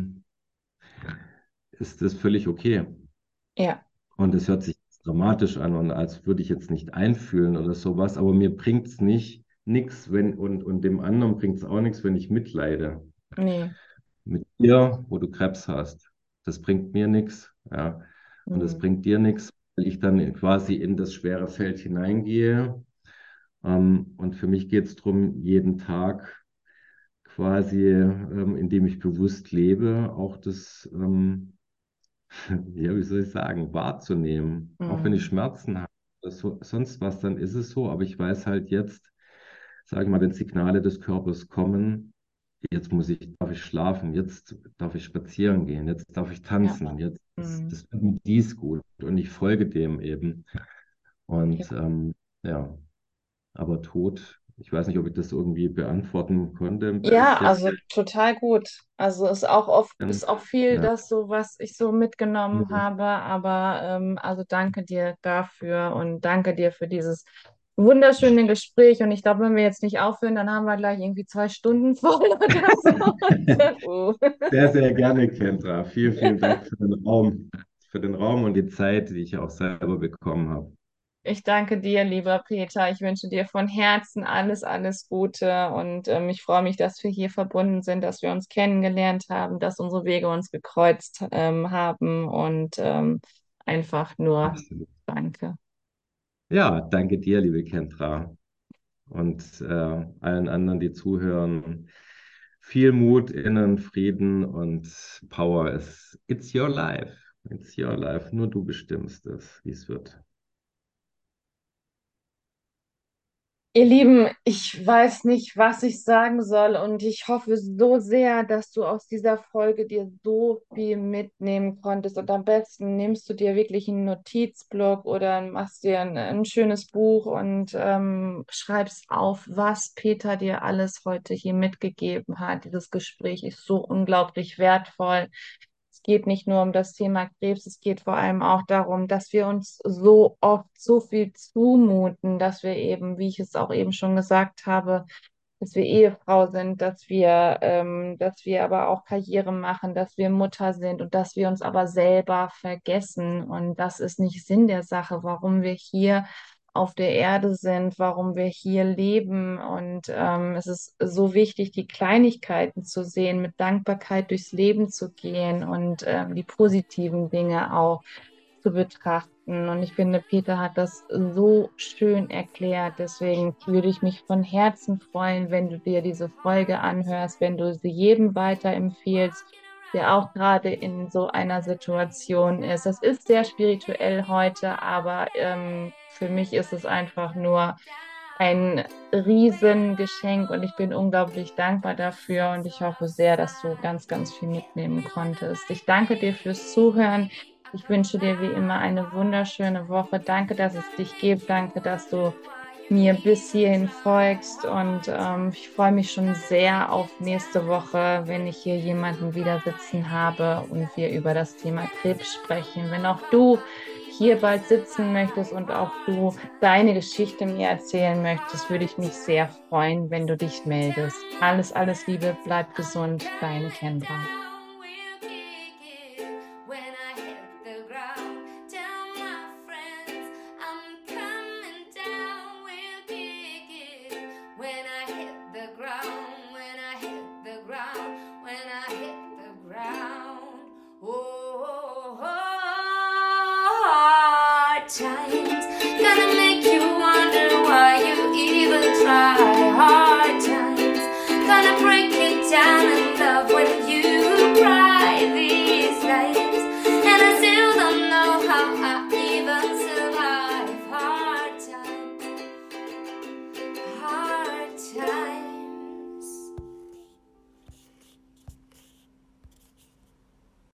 ist das völlig okay. Ja. Und es hört sich dramatisch an und als würde ich jetzt nicht einfühlen oder sowas, aber mir bringt es nicht nichts, wenn, und dem anderen bringt es auch nichts, wenn ich mitleide. Nee. Mit dir, wo du Krebs hast. Das bringt mir nichts, ja. Und das Mhm. bringt dir nichts, weil ich dann quasi in das schwere Feld hineingehe. Und für mich geht es darum, jeden Tag quasi, indem ich bewusst lebe, auch das, ja, wie soll ich sagen, wahrzunehmen. Auch wenn ich Mhm. Schmerzen habe oder sonst was, dann ist es so. Aber ich weiß halt jetzt, sage ich mal, wenn Signale des Körpers kommen, darf ich schlafen, jetzt darf ich spazieren gehen, jetzt darf ich Ja. tanzen, Mhm. das wird mir dies gut und ich folge dem eben. Ja. Und ja, aber Tod, ich weiß nicht, ob ich das irgendwie beantworten konnte, Ja, ist jetzt, also total gut. Also ist auch viel ja, das so, was ich so mitgenommen habe, aber also danke dir dafür und danke dir für dieses wunderschöne Gespräch. Und ich glaube, wenn wir jetzt nicht aufhören, dann haben wir gleich irgendwie 2 Stunden voll oder so. sehr, sehr gerne, Kendra. Vielen Dank für den Raum und die Zeit, die ich auch selber bekommen habe. Ich danke dir, lieber Peter. Ich wünsche dir von Herzen alles, alles Gute und ich freue mich, dass wir hier verbunden sind, dass wir uns kennengelernt haben, dass unsere Wege uns gekreuzt haben und einfach nur Absolut. danke. Ja, danke dir, liebe Kendra. Und allen anderen, die zuhören, viel Mut, Innen, Frieden und Power. It's your life. It's your life. Nur du bestimmst es, wie es wird. Ihr Lieben, ich weiß nicht, was ich sagen soll und ich hoffe so sehr, dass du aus dieser Folge dir so viel mitnehmen konntest und am besten nimmst du dir wirklich einen Notizblock oder machst dir ein schönes Buch und schreibst auf, was Peter dir alles heute hier mitgegeben hat. Dieses Gespräch ist so unglaublich wertvoll. Es geht nicht nur um das Thema Krebs, es geht vor allem auch darum, dass wir uns so oft so viel zumuten, dass wir eben, wie ich es auch eben schon gesagt habe, dass wir Ehefrau sind, dass wir aber auch Karriere machen, dass wir Mutter sind und dass wir uns aber selber vergessen. Und das ist nicht Sinn der Sache, warum wir hier auf der Erde sind, warum wir hier leben. Und es ist so wichtig, die Kleinigkeiten zu sehen, mit Dankbarkeit durchs Leben zu gehen und die positiven Dinge auch zu betrachten. Und ich finde, Peter hat das so schön erklärt. Deswegen würde ich mich von Herzen freuen, wenn du dir diese Folge anhörst, wenn du sie jedem weiterempfiehlst, der auch gerade in so einer Situation ist. Das ist sehr spirituell heute, aber für mich ist es einfach nur ein Riesengeschenk und ich bin unglaublich dankbar dafür und ich hoffe sehr, dass du ganz, ganz viel mitnehmen konntest. Ich danke dir fürs Zuhören. Ich wünsche dir wie immer eine wunderschöne Woche. Danke, dass es dich gibt. Danke, dass du mir bis hierhin folgst und ich freue mich schon sehr auf nächste Woche, wenn ich hier jemanden wieder sitzen habe und wir über das Thema Krebs sprechen. Wenn auch du hier bald sitzen möchtest und auch du deine Geschichte mir erzählen möchtest, würde ich mich sehr freuen, wenn du dich meldest. Alles, alles Liebe, bleib gesund, deine Kendra.